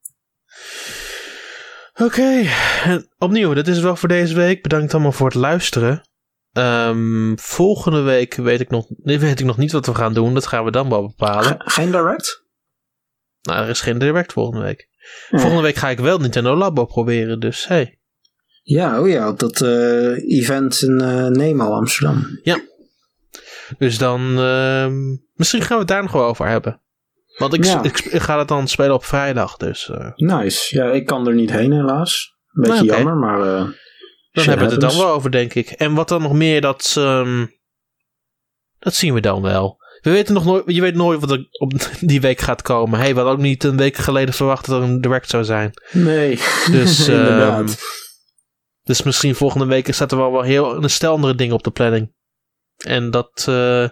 Oké, okay. Opnieuw, dat is het wel voor deze week. Bedankt allemaal voor het luisteren. Um, volgende week weet ik, nog, weet ik nog niet wat we gaan doen. Dat gaan we dan wel bepalen. Ge- geen direct? Nou, er is geen direct volgende week. Ja. Volgende week ga ik wel Nintendo Labo proberen, dus hey. Ja, oh ja, op dat uh, event in uh, Nemo, Amsterdam. Ja. Dus dan, uh, misschien gaan we het daar nog wel over hebben. Want ik, ja. ik, ik ga het dan spelen op vrijdag, dus... Uh. Nice. Ja, ik kan er niet heen helaas. Een beetje nou, okay. jammer, maar... Uh, dan hebben we het er dan wel over, denk ik. En wat dan nog meer, dat... Um, dat zien we dan wel. We weten nog nooit... Je weet nooit wat er op die week gaat komen. Hey, we hadden ook niet een week geleden verwacht dat er een direct zou zijn. Nee. Dus... Inderdaad. Um, dus misschien volgende week staat er wel, wel heel een stel andere dingen op de planning. En dat... Uh,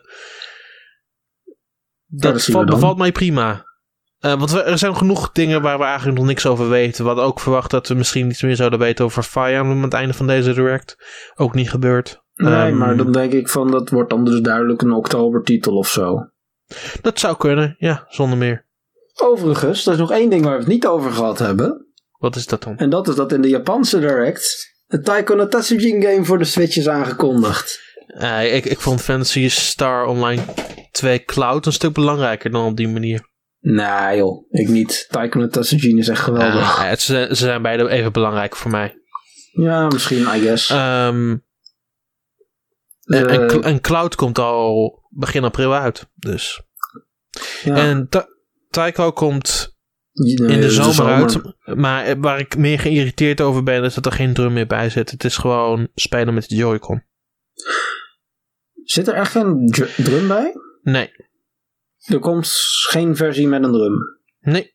dat ja, valt, bevalt mij prima. Uh, want we, er zijn genoeg dingen waar we eigenlijk nog niks over weten. We hadden ook verwacht dat we misschien iets meer zouden weten over Fire Emblem aan het einde van deze direct. Ook niet gebeurd. Nee, um, maar dan denk ik van, dat wordt dan dus duidelijk een oktobertitel of zo. Dat zou kunnen, ja, zonder meer. Overigens, er is nog één ding waar we het niet over gehad hebben. Wat is dat dan? En dat is dat in de Japanse Direct de Taiko no Tatsujin game voor de Switch is aangekondigd. Uh, ik, ik vond Phantasy Star Online twee Cloud een stuk belangrijker dan op die manier. Nee joh, ik niet. Taiko no Tatsujin is echt geweldig. Uh, het, ze, ze zijn beide even belangrijk voor mij. Ja, misschien, I guess. Um, uh, en, en, en Cloud komt al begin april uit. Dus. Ja. En ta- Taiko komt nee, in de zomer, de zomer uit. Maar waar ik meer geïrriteerd over ben, is dat er geen drum meer bij zit. Het is gewoon spelen met de Joy-Con. Zit er echt geen drum bij? Nee. Er komt geen versie met een drum? Nee.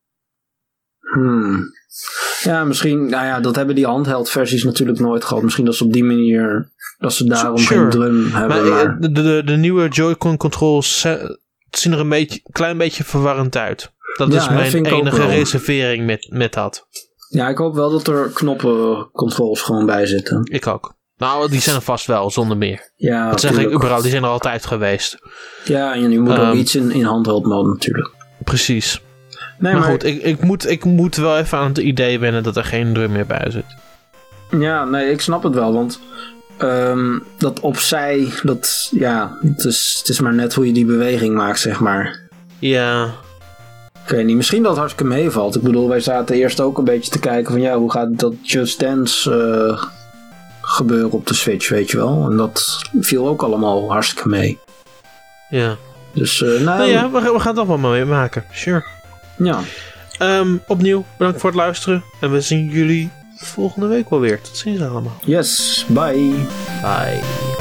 Hmm. Ja, misschien, nou ja, dat hebben die handheld versies natuurlijk nooit gehad. Misschien dat ze op die manier, dat ze daarom sure. geen drum hebben. Maar, maar... De, de, de nieuwe Joy-Con controls zien er een beetje, klein beetje verwarrend uit. Dat ja, is mijn enige reservering met, met dat. Ja, ik hoop wel dat er knoppencontrols gewoon bij zitten. Ik ook. Nou, die zijn er vast wel, zonder meer. Ja, dat zeg ik überhaupt, die zijn er altijd geweest. Ja, en je moet um, ook iets in, in handheld mode natuurlijk. Precies. Nee, maar, maar goed, ik, ik, moet, ik moet wel even aan het idee wennen dat er geen drum meer bij zit. Ja, nee, ik snap het wel, want um, dat opzij, dat, ja, het is, het is maar net hoe je die beweging maakt, zeg maar. Ja. Ik weet niet, misschien dat het hartstikke meevalt. Ik bedoel, wij zaten eerst ook een beetje te kijken van, ja, hoe gaat dat Just Dance uh, gebeuren op de Switch, weet je wel. En dat viel ook allemaal hartstikke mee. Ja. Dus, uh, nou, nou ja, we, we gaan het allemaal mee maken, sure. Ja. Um, opnieuw, bedankt voor het luisteren. En we zien jullie volgende week wel weer. Tot ziens allemaal. Yes, bye. Bye.